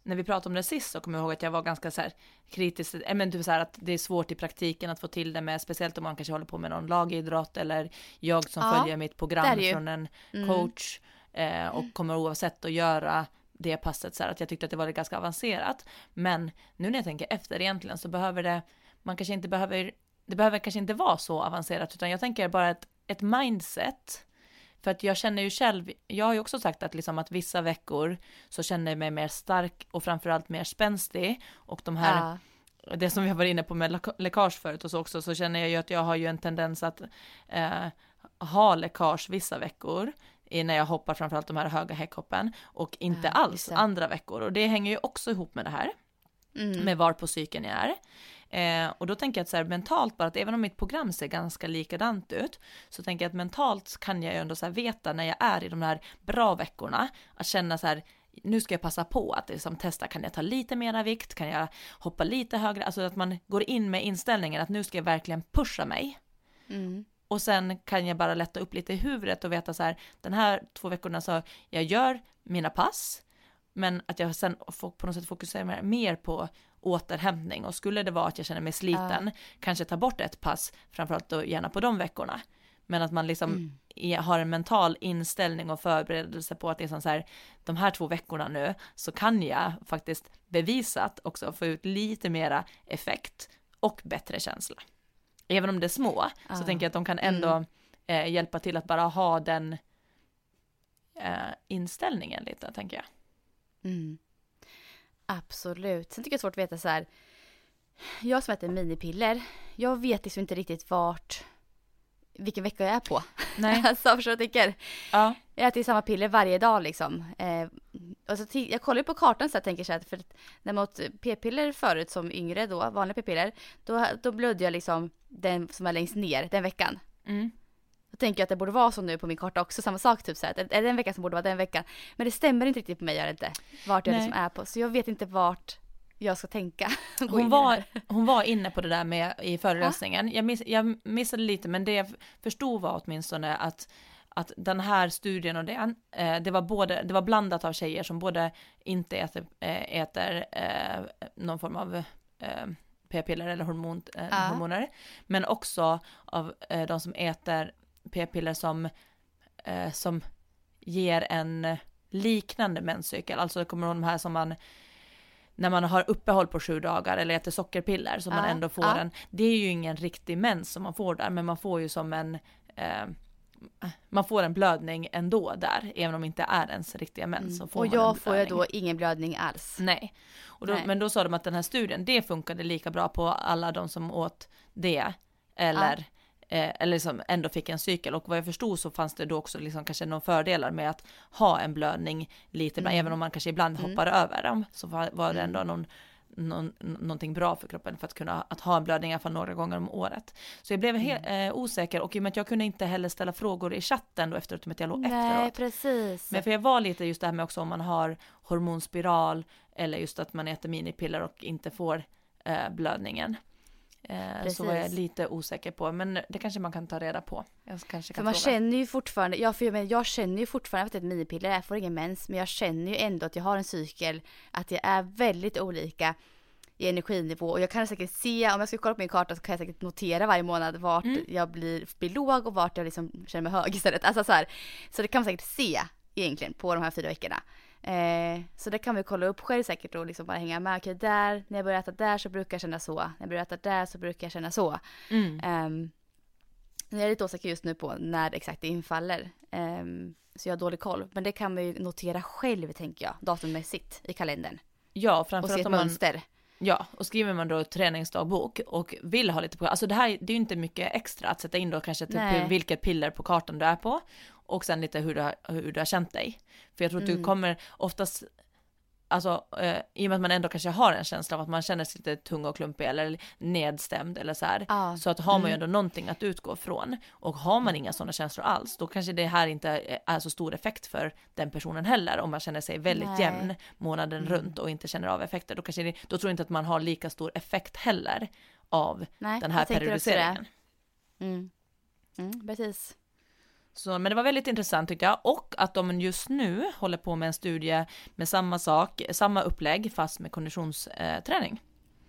när vi pratade om det sist så kommer jag ihåg att jag var ganska så här kritisk, men typ så här att det är svårt i praktiken att få till det med, speciellt om man kanske håller på med någon lagidrott eller jag som följer mitt program från en coach och kommer oavsett att göra det passet så här, att jag tyckte att det var ganska avancerat. Men nu när jag tänker efter egentligen så behöver det behöver kanske inte vara så avancerat, utan jag tänker bara ett mindset. För att jag känner ju själv, jag har ju också sagt att, liksom, att vissa veckor så känner jag mig mer stark och framförallt mer spänstig. Och de här, det som vi har varit inne på med läckage förut och så också, så känner jag ju att jag har ju en tendens att ha läckage vissa veckor när jag hoppar framförallt de här höga häckhoppen och inte alls andra veckor. Och det hänger ju också ihop med det här. Med var på cykeln jag är. Och då tänker jag att så här, mentalt bara, att även om mitt program ser ganska likadant ut, så tänker jag att mentalt kan jag ju ändå så här veta när jag är i de här bra veckorna, att känna så här, nu ska jag passa på att liksom testa, kan jag ta lite mera vikt, kan jag hoppa lite högre, alltså att man går in med inställningen att nu ska jag verkligen pusha mig. Och sen kan jag bara lätta upp lite i huvudet och veta så här, den här 2 veckorna så jag gör mina pass, men att jag sen får på något sätt fokusera mer på återhämtning, och skulle det vara att jag känner mig sliten, kanske ta bort ett pass, framförallt då gärna på de veckorna, men att man liksom har en mental inställning och förberedelse på att det är som så här, de här 2 veckorna nu så kan jag faktiskt bevisat också få ut lite mera effekt och bättre känsla. Även om det är små, så tänker jag att de kan ändå hjälpa till att bara ha den inställningen lite, tänker jag. Absolut. Sen tycker jag det är svårt att veta så här. Jag som äter minipiller, jag vet liksom inte riktigt vilken vecka jag är på. Nej. Alltså, förstår jag tänker. Ja. Jag äter samma piller varje dag liksom. Och så jag kollar på kartan så jag tänker så här, för när man åt p-piller förut som yngre då, vanliga p-piller, då blödde jag liksom den som är längst ner den veckan. Då tänker jag att det borde vara så nu på min karta också, samma sak typ så här, är det en vecka som borde vara den veckan. Men det stämmer inte riktigt på mig, gör det inte. Vart jag liksom är på, så jag vet inte vart jag ska tänka. Hon var inne på det där med i föreläsningen. Jag missade lite, men det jag förstod var åtminstone att den här studien och det var blandat av tjejer som både inte äter någon form av p-piller eller hormoner, men också av de som äter p-piller som ger en liknande menscykel. Alltså det kommer de här som man, när man har uppehåll på 7 dagar eller äter sockerpiller, så man ändå får det är ju ingen riktig mens som man får där, men man får ju som man får en blödning ändå där, även om det inte är ens riktiga mens. Så får och jag får ju då ingen blödning alls. Nej. Men då sa de att den här studien, det funkade lika bra på alla de som åt det eller liksom ändå fick en cykel. Och vad jag förstod så fanns det då också liksom kanske någon fördelar med att ha en blödning lite, även om man kanske ibland hoppar över dem, så var det ändå någonting bra för kroppen för att kunna ha en blödning i alla fall några gånger om året. Så jag blev helt osäker, och i och med att jag kunde inte heller ställa frågor i chatten då efteråt, att jag låg efteråt. Nej, precis. Men för jag var lite just det här med också om man har hormonspiral eller just att man äter minipiller och inte får blödningen. Så var jag lite osäker på, men det kanske man kan ta reda på. Jag kanske kan för man känner ju fortfarande, jag känner ju fortfarande att ett minipiller, jag får ingen mens, men jag känner ju ändå att jag har en cykel, att jag är väldigt olika i energinivå, och jag kan säkert se, om jag ska kolla på min karta så kan jag säkert notera varje månad vart jag blir låg och vart jag liksom känner mig hög istället. Alltså så det kan man säkert se egentligen på de här 4 veckorna. Så det kan vi kolla upp själv säkert och liksom bara hänga med. Okej, där, när jag börjar äta där så brukar jag känna så. När jag börjar äta där så brukar jag känna så. Jag är lite osäker just nu på när exakt det infaller. Så jag har dålig koll. Men det kan man ju notera själv, tänker jag, datummässigt i kalendern. Ja, framförallt och se ett mönster. Ja, och skriver man då träningsdagbok och vill ha lite på, alltså det är ju inte mycket extra att sätta in då kanske typ vilket piller på kartan du är på, och sen lite hur du har känt dig. För jag tror att du kommer oftast, alltså i och med att man ändå kanske har en känsla av att man känner sig lite tung och klumpig eller nedstämd eller så här, så att har man ju ändå någonting att utgå från, och har man inga sådana känslor alls, då kanske det här inte är så stor effekt för den personen heller, om man känner sig väldigt jämn månaden runt och inte känner av effekter, då kanske då tror jag inte att man har lika stor effekt heller av den här periodiseringen. Precis. Så, men det var väldigt intressant tyckte jag, och att de just nu håller på med en studie med samma upplägg fast med konditionsträning.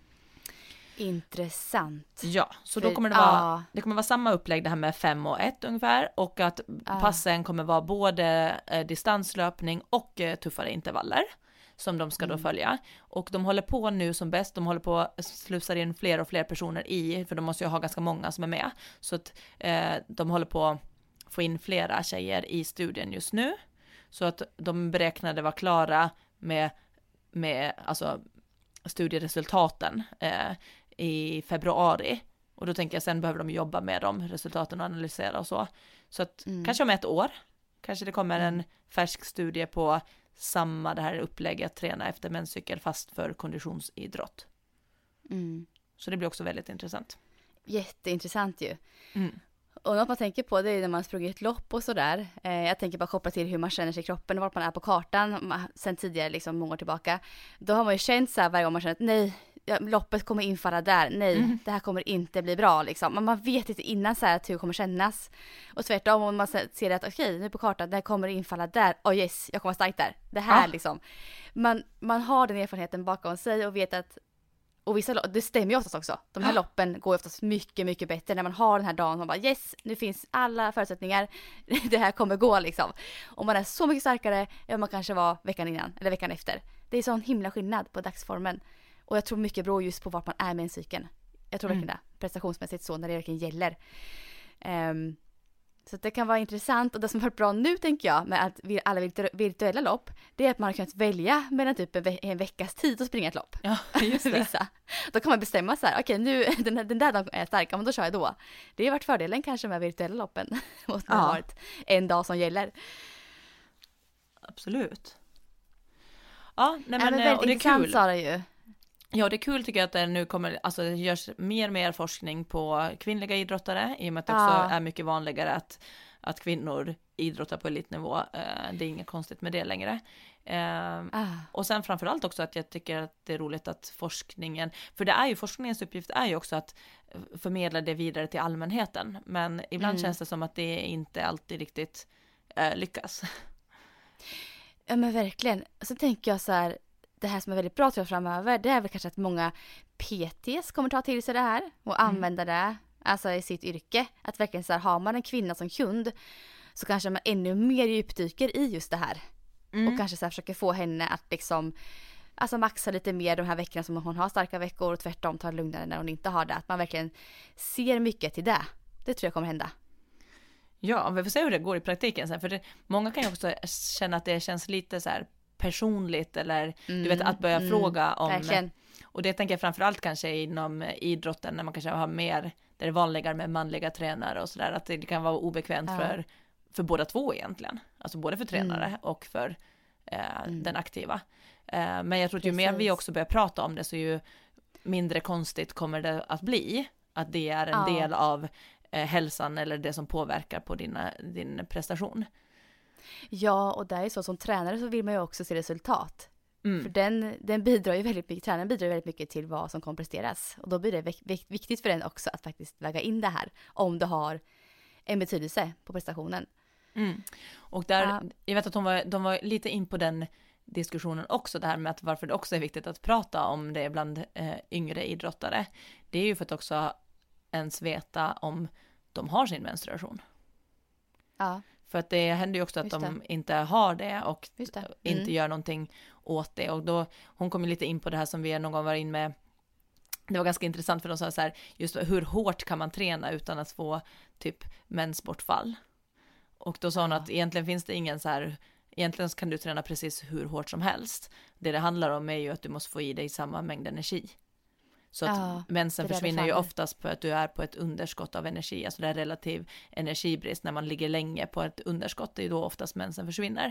Intressant. Ja, så då kommer det kommer vara samma upplägg det här med 5 och 1 ungefär, och att passen kommer vara både distanslöpning och tuffare intervaller som de ska då följa. Och de håller på nu som bäst, de håller på att slussa in fler och fler personer i, för de måste ju ha ganska många som är med. Så att de håller på att få in flera tjejer i studien just nu. Så att de beräknade vara klara med alltså studieresultaten i februari. Och då tänker jag sen behöver de jobba med de resultaten och analysera och så. Så att kanske om 1 år, kanske det kommer en färsk studie på samma det här upplägget, träna efter menscykel fast för konditionsidrott. Så det blir också väldigt intressant. Jätteintressant ju. Och något man tänker på det är när man sprungit ett lopp och sådär. Jag tänker bara koppla till hur man känner sig i kroppen och vart man är på kartan sen tidigare, liksom många år tillbaka. Då har man ju känt så här varje gång man känner att nej, loppet kommer infalla där. Nej, det här kommer inte bli bra liksom. Men man vet inte innan så här att hur det kommer kännas. Och tvärtom om man ser att okej, nu på kartan, det kommer infalla där. Yes, jag kommer vara stark där. Det här liksom. Man har den erfarenheten bakom sig och vet att, och vissa, det stämmer ju oftast också. De här loppen går oftast mycket, mycket bättre när man har den här dagen. Man bara yes, nu finns alla förutsättningar. Det här kommer gå liksom. Och man är så mycket starkare än man kanske var veckan innan eller veckan efter. Det är sån himla skillnad på dagsformen. Och jag tror mycket beror just på vart man är med en cykeln. Jag tror verkligen det. Prestationsmässigt så när det verkligen gäller. Så det kan vara intressant. Och det som har varit bra nu tänker jag med att alla virtuella lopp, det är att man har kunnat välja mellan typ en veckas tid att springa ett lopp. Ja, just det. Vissa. Då kan man bestämma så här, okej, nu den där dagen är starka, men då kör jag då. Det har varit fördelen kanske med virtuella loppen. Och det har varit en dag som gäller. Absolut. Ja, nej, men väldigt och det är intressant, kul. Sara ju. Ja, det är kul tycker jag att det nu kommer, alltså det görs mer och mer forskning på kvinnliga idrottare, i och med att det också är mycket vanligare att kvinnor idrottar på elitnivå. Det är inget konstigt med det längre. Och sen framförallt också att jag tycker att det är roligt att forskningen, för det är ju forskningens uppgift är ju också att förmedla det vidare till allmänheten, men ibland känns det som att det inte alltid riktigt lyckas. Ja men verkligen. Så tänker jag så här, det här som är väldigt bra tror jag framöver, det är väl kanske att många PTs kommer ta till sig det här och använda det alltså i sitt yrke. Att verkligen så här, har man en kvinna som kund så kanske man ännu mer djupdyker i just det här. Och kanske så här försöker få henne att liksom alltså maxa lite mer de här veckorna som hon har starka veckor och tvärtom ta lugnare när hon inte har det. Att man verkligen ser mycket till det. Det tror jag kommer hända. Ja, vi får se hur det går i praktiken sen. För många kan ju också känna att det känns lite så här personligt eller du vet att börja fråga om verkligen. Och det tänker jag framförallt kanske inom idrotten när man kanske har mer, där det är vanligare med manliga tränare och sådär, att det kan vara obekvämt för båda två egentligen, alltså både för tränare och för den aktiva, men jag tror att ju mer vi också börjar prata om det så ju mindre konstigt kommer det att bli att det är en del av hälsan eller det som påverkar på din prestation. Ja, och det är så som tränare så vill man ju också se resultat. För den bidrar ju väldigt mycket, tränaren bidrar ju väldigt mycket till vad som kommer presteras. Och då blir det viktigt för den också att faktiskt väga in det här om det har en betydelse på prestationen. Och där, jag vet att de var lite in på den diskussionen också, det här med att varför det också är viktigt att prata om det bland yngre idrottare. Det är ju för att också ens veta om de har sin menstruation. Ja. För att det händer ju också att de inte har det och inte gör någonting åt det. Och då, hon kom ju lite in på det här som vi någon gång var in med. Det var ganska intressant för de sa så här, just hur hårt kan man träna utan att få typ mensbortfall. Och då sa hon att egentligen finns det ingen så här, egentligen kan du träna precis hur hårt som helst. Det handlar om är ju att du måste få i dig samma mängd energi. Så att mensen försvinner ju oftast på att du är på ett underskott av energi. Alltså det är relativ energibrist när man ligger länge på ett underskott. Det är då oftast mensen försvinner.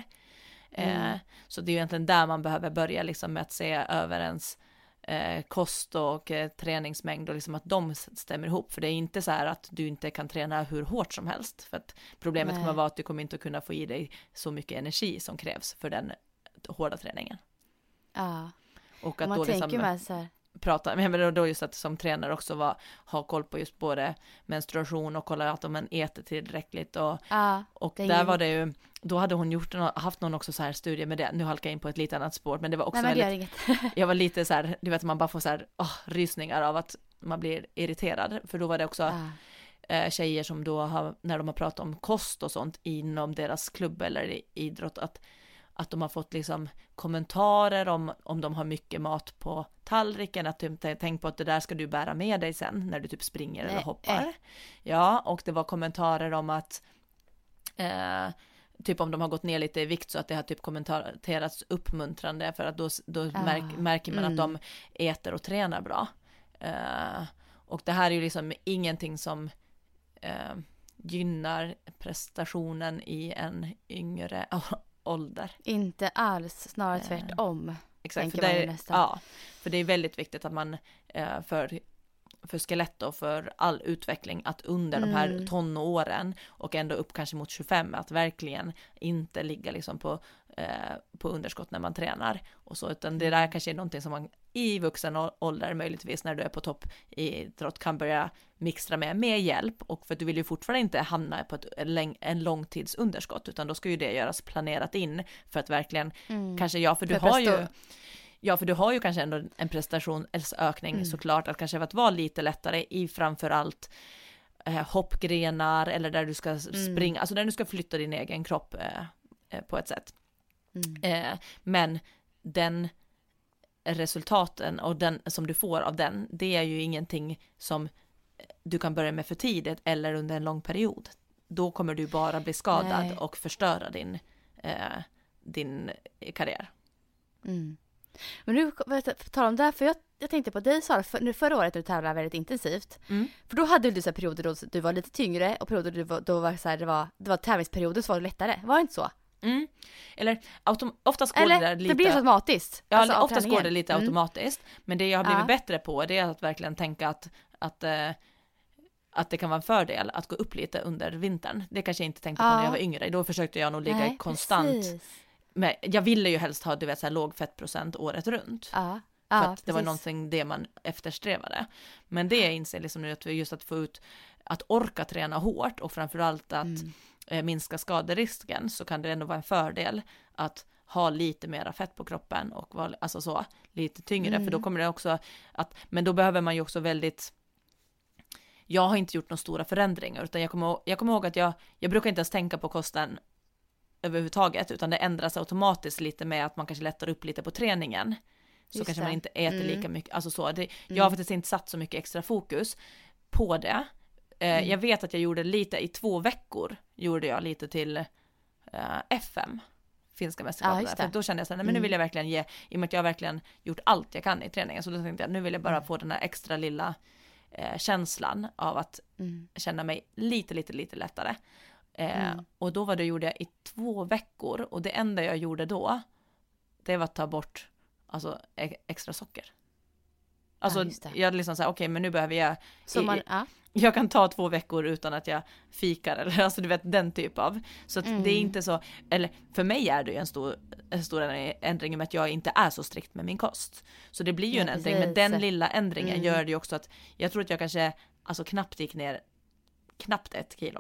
Så det är ju egentligen där man behöver börja liksom med att se över ens kost och träningsmängd och liksom att de stämmer ihop. För det är inte så här att du inte kan träna hur hårt som helst. För att problemet kommer vara att du kommer inte att kunna få i dig så mycket energi som krävs för den hårda träningen. Ja. Och att man då tänker liksom med så här. prata, men då just att som tränare också ha koll på just både menstruation och kolla att de äter tillräckligt och där var det ju, då hade hon haft någon också så här studie med det. Nu halkar jag in på ett lite annat spår, men det var också väldigt, jag var lite så här, du vet, man bara får så här rysningar av att man blir irriterad, för då var det också tjejer som då när de har pratat om kost och sånt inom deras klubb eller idrott, att de har fått liksom kommentarer om de har mycket mat på tallriken, att typ, tänk på att det där ska du bära med dig sen när du typ springer eller hoppar. Ja, och det var kommentarer om att typ om de har gått ner lite i vikt, så att det har typ kommenterats uppmuntrande, för att då märker man att de äter och tränar bra. Och det här är ju liksom ingenting som gynnar prestationen i en yngre ålder. Inte alls, snarare tvärtom. Exakt, för det är väldigt viktigt att man för skelett och för all utveckling, att under de här tonåren och ändå upp kanske mot 25, att verkligen inte ligga liksom på underskott när man tränar och så, utan det där kanske är någonting som man i vuxen ålder möjligtvis när du är på topp i idrott kan börja mixtra med hjälp, och för att du vill ju fortfarande inte hamna på en långtidsunderskott, utan då ska ju det göras planerat in för att verkligen kanske för du har ju kanske ändå en prestationsökning såklart, att kanske att vara lite lättare i framförallt hoppgrenar eller där du ska springa, alltså där du ska flytta din egen kropp på ett sätt. Men den resultaten och den som du får av den, det är ju ingenting som du kan börja med för tidigt eller under en lång period. Då kommer du bara bli skadad och förstöra din karriär. Men nu tala om det här, för jag tänkte på dig, Sara, förra året du tävlade väldigt intensivt. För då hade du så perioder då du var lite tyngre och perioder då var så här, det var tävlingsperioder så var det lättare. Var det inte så? Eller oftast går det lite... det blir så automatiskt. Ja, alltså, oftast går det lite automatiskt. Men det jag har blivit bättre på, det är att verkligen tänka att det kan vara en fördel att gå upp lite under vintern. Det kanske jag inte tänkte på när jag var yngre. Då försökte jag nog ligga konstant. Precis. Men jag ville ju helst ha, du vet, så här låg fettprocent året runt. För att det var någonting det man eftersträvade. Men det jag inser liksom nu, att just att få ut, att orka träna hårt och framförallt att minska skaderisken, så kan det ändå vara en fördel att ha lite mera fett på kroppen och vara alltså så lite tyngre, för då kommer det också men då behöver man ju också jag har inte gjort några stora förändringar, utan jag kommer ihåg att jag brukar inte ens tänka på kosten överhuvudtaget, utan det ändras automatiskt lite med att man kanske lättar upp lite på träningen. Så kanske man inte äter lika mycket, alltså så. Jag har faktiskt inte satt så mycket extra fokus på det. Jag vet att jag gjorde lite i 2 veckor, gjorde jag lite till FM, finska mästerskapet. För då kände jag så här, men nu vill jag verkligen ge, i och med att jag verkligen gjort allt jag kan i träningen, så då tänkte jag, nu vill jag bara få den här extra lilla känslan av att känna mig lite lättare. Och då gjorde jag i 2 veckor, och det enda jag gjorde då, det var att ta bort alltså extra socker. Alltså jag liksom så här, okej, men nu behöver jag jag kan ta 2 veckor utan att jag fikar, eller alltså du vet, den typ av, så att det är inte så, eller för mig är det ju en stor ändring med att jag inte är så strikt med min kost, så det blir ju en ändring, men den lilla ändringen gör det ju också att jag tror att jag kanske alltså knappt gick ner 1 kilo.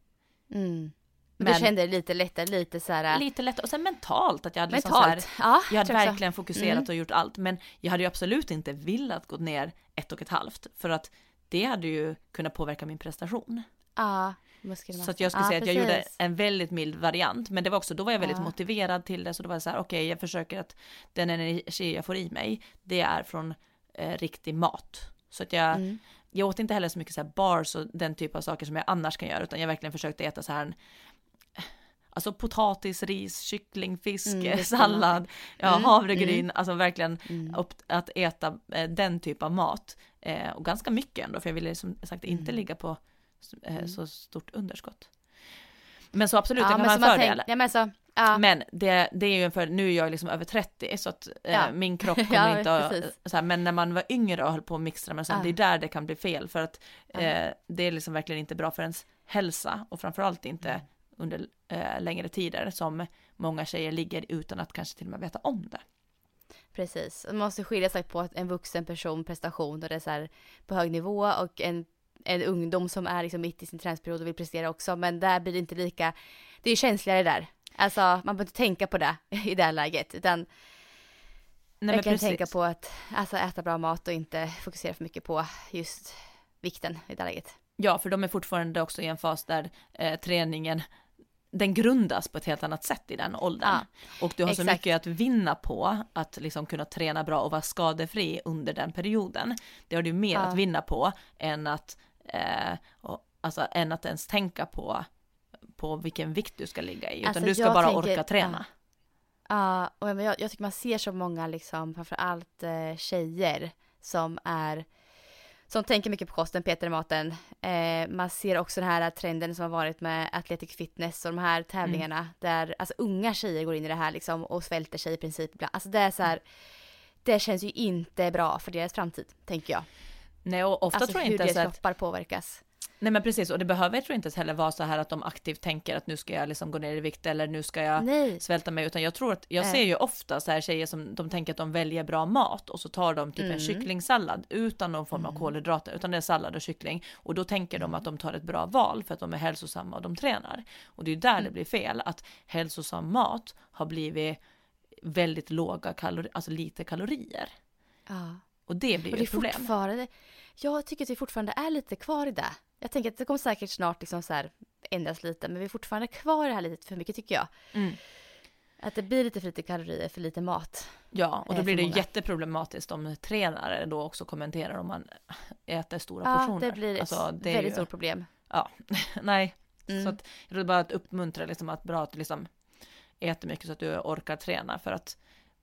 Men du kände lite lättare, lite så här... Lite lättare, och sen mentalt att jag hade liksom så här, jag hade verkligen fokuserat och gjort allt, men jag hade ju absolut inte velat gå ner 1,5, för att det hade ju kunnat påverka min prestation. Så att jag skulle säga att jag gjorde en väldigt mild variant, men det var också, då var jag väldigt motiverad till det, så då var det så här, okej, jag försöker att den energi jag får i mig, det är från riktig mat. Så att jag åt inte heller så mycket så här bars och den typ av saker som jag annars kan göra, utan jag verkligen försökte äta så här, alltså potatis, ris, kyckling, fisk, sallad, havregryn, alltså verkligen att äta den typ av mat, och ganska mycket ändå, för jag ville som sagt inte ligga på så stort underskott. Men så absolut, det kan vara en fördel. Men det är ju en fördel, nu är jag liksom över 30, så att min kropp kommer inte så här, men när man var yngre och höll på att mixtra med sånt, det är där det kan bli fel, för att det är liksom verkligen inte bra för ens hälsa, och framförallt inte under längre tider som många tjejer ligger utan att kanske till och med veta om det. Precis. Man måste skilja sig på en vuxen person prestation och det är så här på hög nivå och en ungdom som är liksom mitt i sin träningsperiod och vill prestera också. Men där blir det inte lika, det är känsligare där. Alltså man behöver inte tänka på det i det här läget utan jag kan tänka på att alltså, äta bra mat och inte fokusera för mycket på just vikten i det här läget. Ja, för de är fortfarande också i en fas där träningen, den grundas på ett helt annat sätt i den åldern. Ja, och du har så mycket att vinna på att liksom kunna träna bra och vara skadefri under den perioden. Det har du mer att vinna på än att, än att ens tänka på vilken vikt du ska ligga i. Utan alltså, du ska bara orka träna. Ja, och jag tycker man ser så många liksom, framförallt tjejer som tänker mycket på kosten, petar i maten. Man ser också den här trenden som har varit med athletic fitness och de här tävlingarna där alltså, unga tjejer går in i det här liksom, och svälter sig i princip ibland. Alltså det är så här, det känns ju inte bra för deras framtid, tänker jag. Nej, och ofta alltså, tror jag inte hur deras kroppar påverkas. Nej men precis, och det behöver jag tror inte heller vara så här att de aktivt tänker att nu ska jag liksom gå ner i vikt eller nu ska jag svälta mig, utan jag tror att jag ser ju ofta så här tjejer som de tänker att de väljer bra mat och så tar de typ en kycklingsallad utan någon form av kolhydrater, utan det är sallad och kyckling, och då tänker de att de tar ett bra val för att de är hälsosamma och de tränar, och det är där det blir fel, att hälsosam mat har blivit väldigt låga alltså lite kalorier. Ja. Och det blir ju ett problem. Jag tycker att vi fortfarande är lite kvar i det. Jag tänker att det kommer säkert snart liksom så här ändras lite, men vi är fortfarande kvar i det här lite för mycket, tycker jag. Att det blir lite för lite kalorier, för lite mat. Ja, och då blir det jätteproblematiskt om tränare då också kommenterar om man äter stora portioner. Ja, det blir ett väldigt stort problem. Ja, nej. Så att, jag vill bara att uppmuntra liksom, att bra att liksom äter mycket så att du orkar träna, för att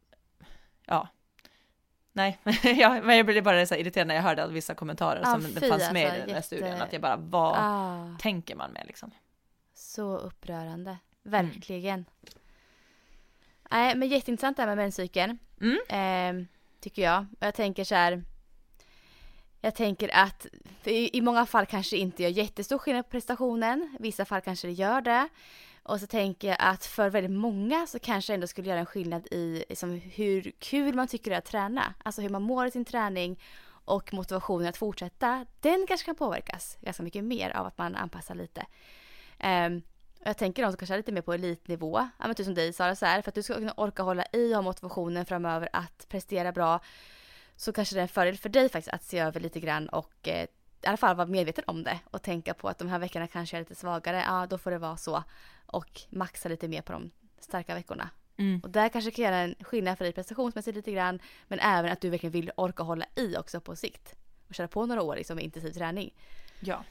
nej, men jag blev bara så irriterad när jag hörde att vissa kommentarer som det fanns med i den här studien, att jag bara, vad tänker man med liksom? Så upprörande, verkligen. Nej, men jätteintressant det här med menscykeln, tycker jag. Jag tänker så här, att i många fall kanske inte gör jättestor skillnad på prestationen, vissa fall kanske det gör det. Och så tänker jag att för väldigt många så kanske ändå skulle göra en skillnad i liksom, hur kul man tycker det är att träna. Alltså hur man mår i sin träning och motivationen att fortsätta. Den kanske kan påverkas ganska mycket mer av att man anpassar lite. Jag tänker de som kanske är lite mer på elitnivå. Ja, men du som dig Sara, så här, för att du ska kunna orka hålla i och ha motivationen framöver att prestera bra. Så kanske det är en fördel för dig faktiskt att se över lite grann och i alla fall vara medveten om det. Och tänka på att de här veckorna kanske är lite svagare. Ja, då får det vara så. Och maxa lite mer på de starka veckorna. Och där kanske kan göra en skillnad för dig prestationsmässigt lite grann. Men även att du verkligen vill orka hålla i också på sikt. Och köra på några år liksom, med intensiv träning. Ja.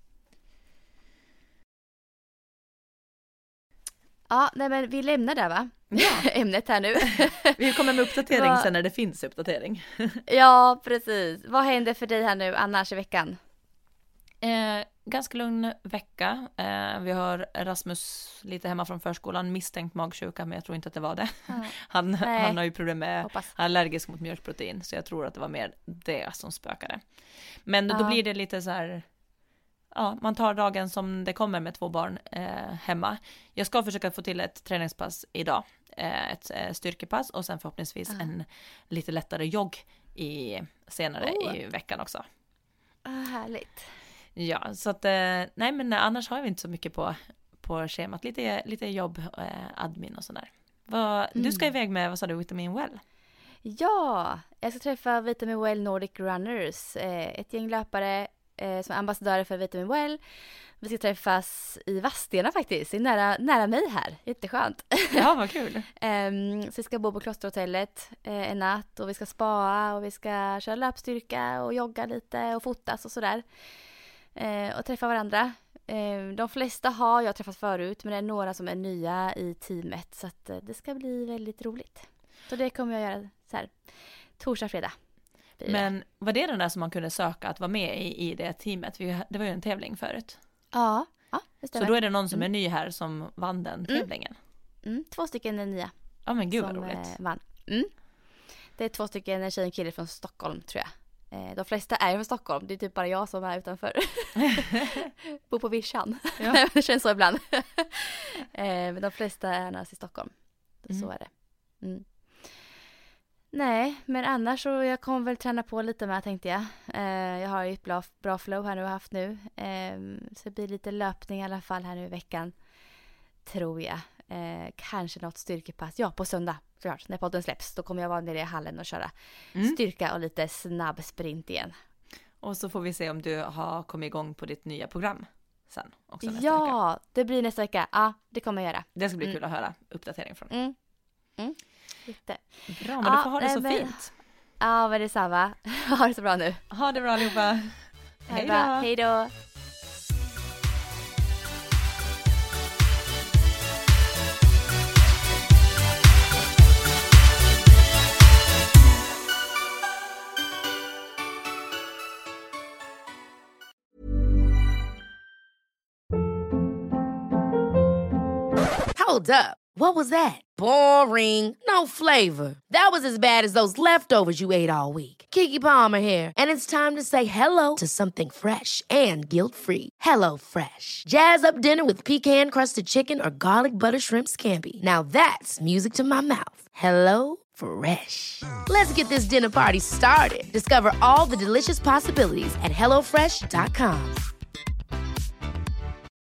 Ja, nej men vi lämnar där va? Ja. Ämnet här nu. Vi kommer med uppdatering sen när det finns uppdatering. Ja, precis. Vad händer för dig här nu annars i veckan? Ganska lugn vecka. Vi har Rasmus lite hemma från förskolan, misstänkt magsjuka, men jag tror inte att det var det. Han har ju problem med, han är allergisk mot mjölkprotein, så jag tror att det var mer det som spökade. Men då blir det lite så här, man tar dagen som det kommer med 2 barn hemma. Jag ska försöka få till ett träningspass idag, ett styrkepass, och sen förhoppningsvis en lite lättare jogg senare i veckan också. Härligt. Ja, så att nej, men annars har vi inte så mycket på schemat. Lite jobb, admin och sådär. Du ska iväg med, vad sa du, Vitamin Well? Ja, jag ska träffa Vitamin Well Nordic Runners, ett gäng löpare som är ambassadörer för Vitamin Well. Vi ska träffas i Vadstena faktiskt, det är nära mig här, jätteskönt. Ja, vad kul. Så vi ska bo på Klosterhotellet en natt och vi ska spaa och vi ska köra löpstyrka och jogga lite och fotas och sådär. Och träffa varandra. De flesta har jag träffat förut, men det är några som är nya i teamet, så att det ska bli väldigt roligt. Så det kommer jag göra så här torsdag, fredag. Men var det den där som man kunde söka att vara med i det teamet? Det var ju en tävling förut. Ja, det stämmer. Så då är det någon som är ny här som vann den tävlingen? 2 stycken är nya. Ja, men gud vad roligt. Vann. Det är 2 stycken, en tjej och en kille från Stockholm tror jag. De flesta är från Stockholm. Det är typ bara jag som är utanför. Bor på Vischan. Ja. Det känns så ibland. Men de flesta är annars i Stockholm. Så är det. Nej, men annars så jag kommer väl träna på lite med, tänkte jag. Jag har ju ett bra flow här nu haft nu. Så det blir lite löpning i alla fall här nu i veckan. Tror jag. Kanske något styrkepass. Ja, på söndag. Klart, när podden släpps. Då kommer jag vara nere i hallen och köra styrka och lite snabb sprint igen. Och så får vi se om du har kommit igång på ditt nya program sen. Också nästa vecka. Det blir nästa vecka. Ja, det kommer jag göra. Det ska bli kul att höra uppdatering från. Lite. Bra, men du får ha det så fint. Ja, men det är samma. Ha det så bra nu. Ha det bra allihopa. Hej då. Hej då. Hold up. What was that? Boring. No flavor. That was as bad as those leftovers you ate all week. Keke Palmer here, and it's time to say hello to something fresh and guilt-free. Hello Fresh. Jazz up dinner with pecan-crusted chicken or garlic butter shrimp scampi. Now that's music to my mouth. Hello Fresh. Let's get this dinner party started. Discover all the delicious possibilities at hellofresh.com.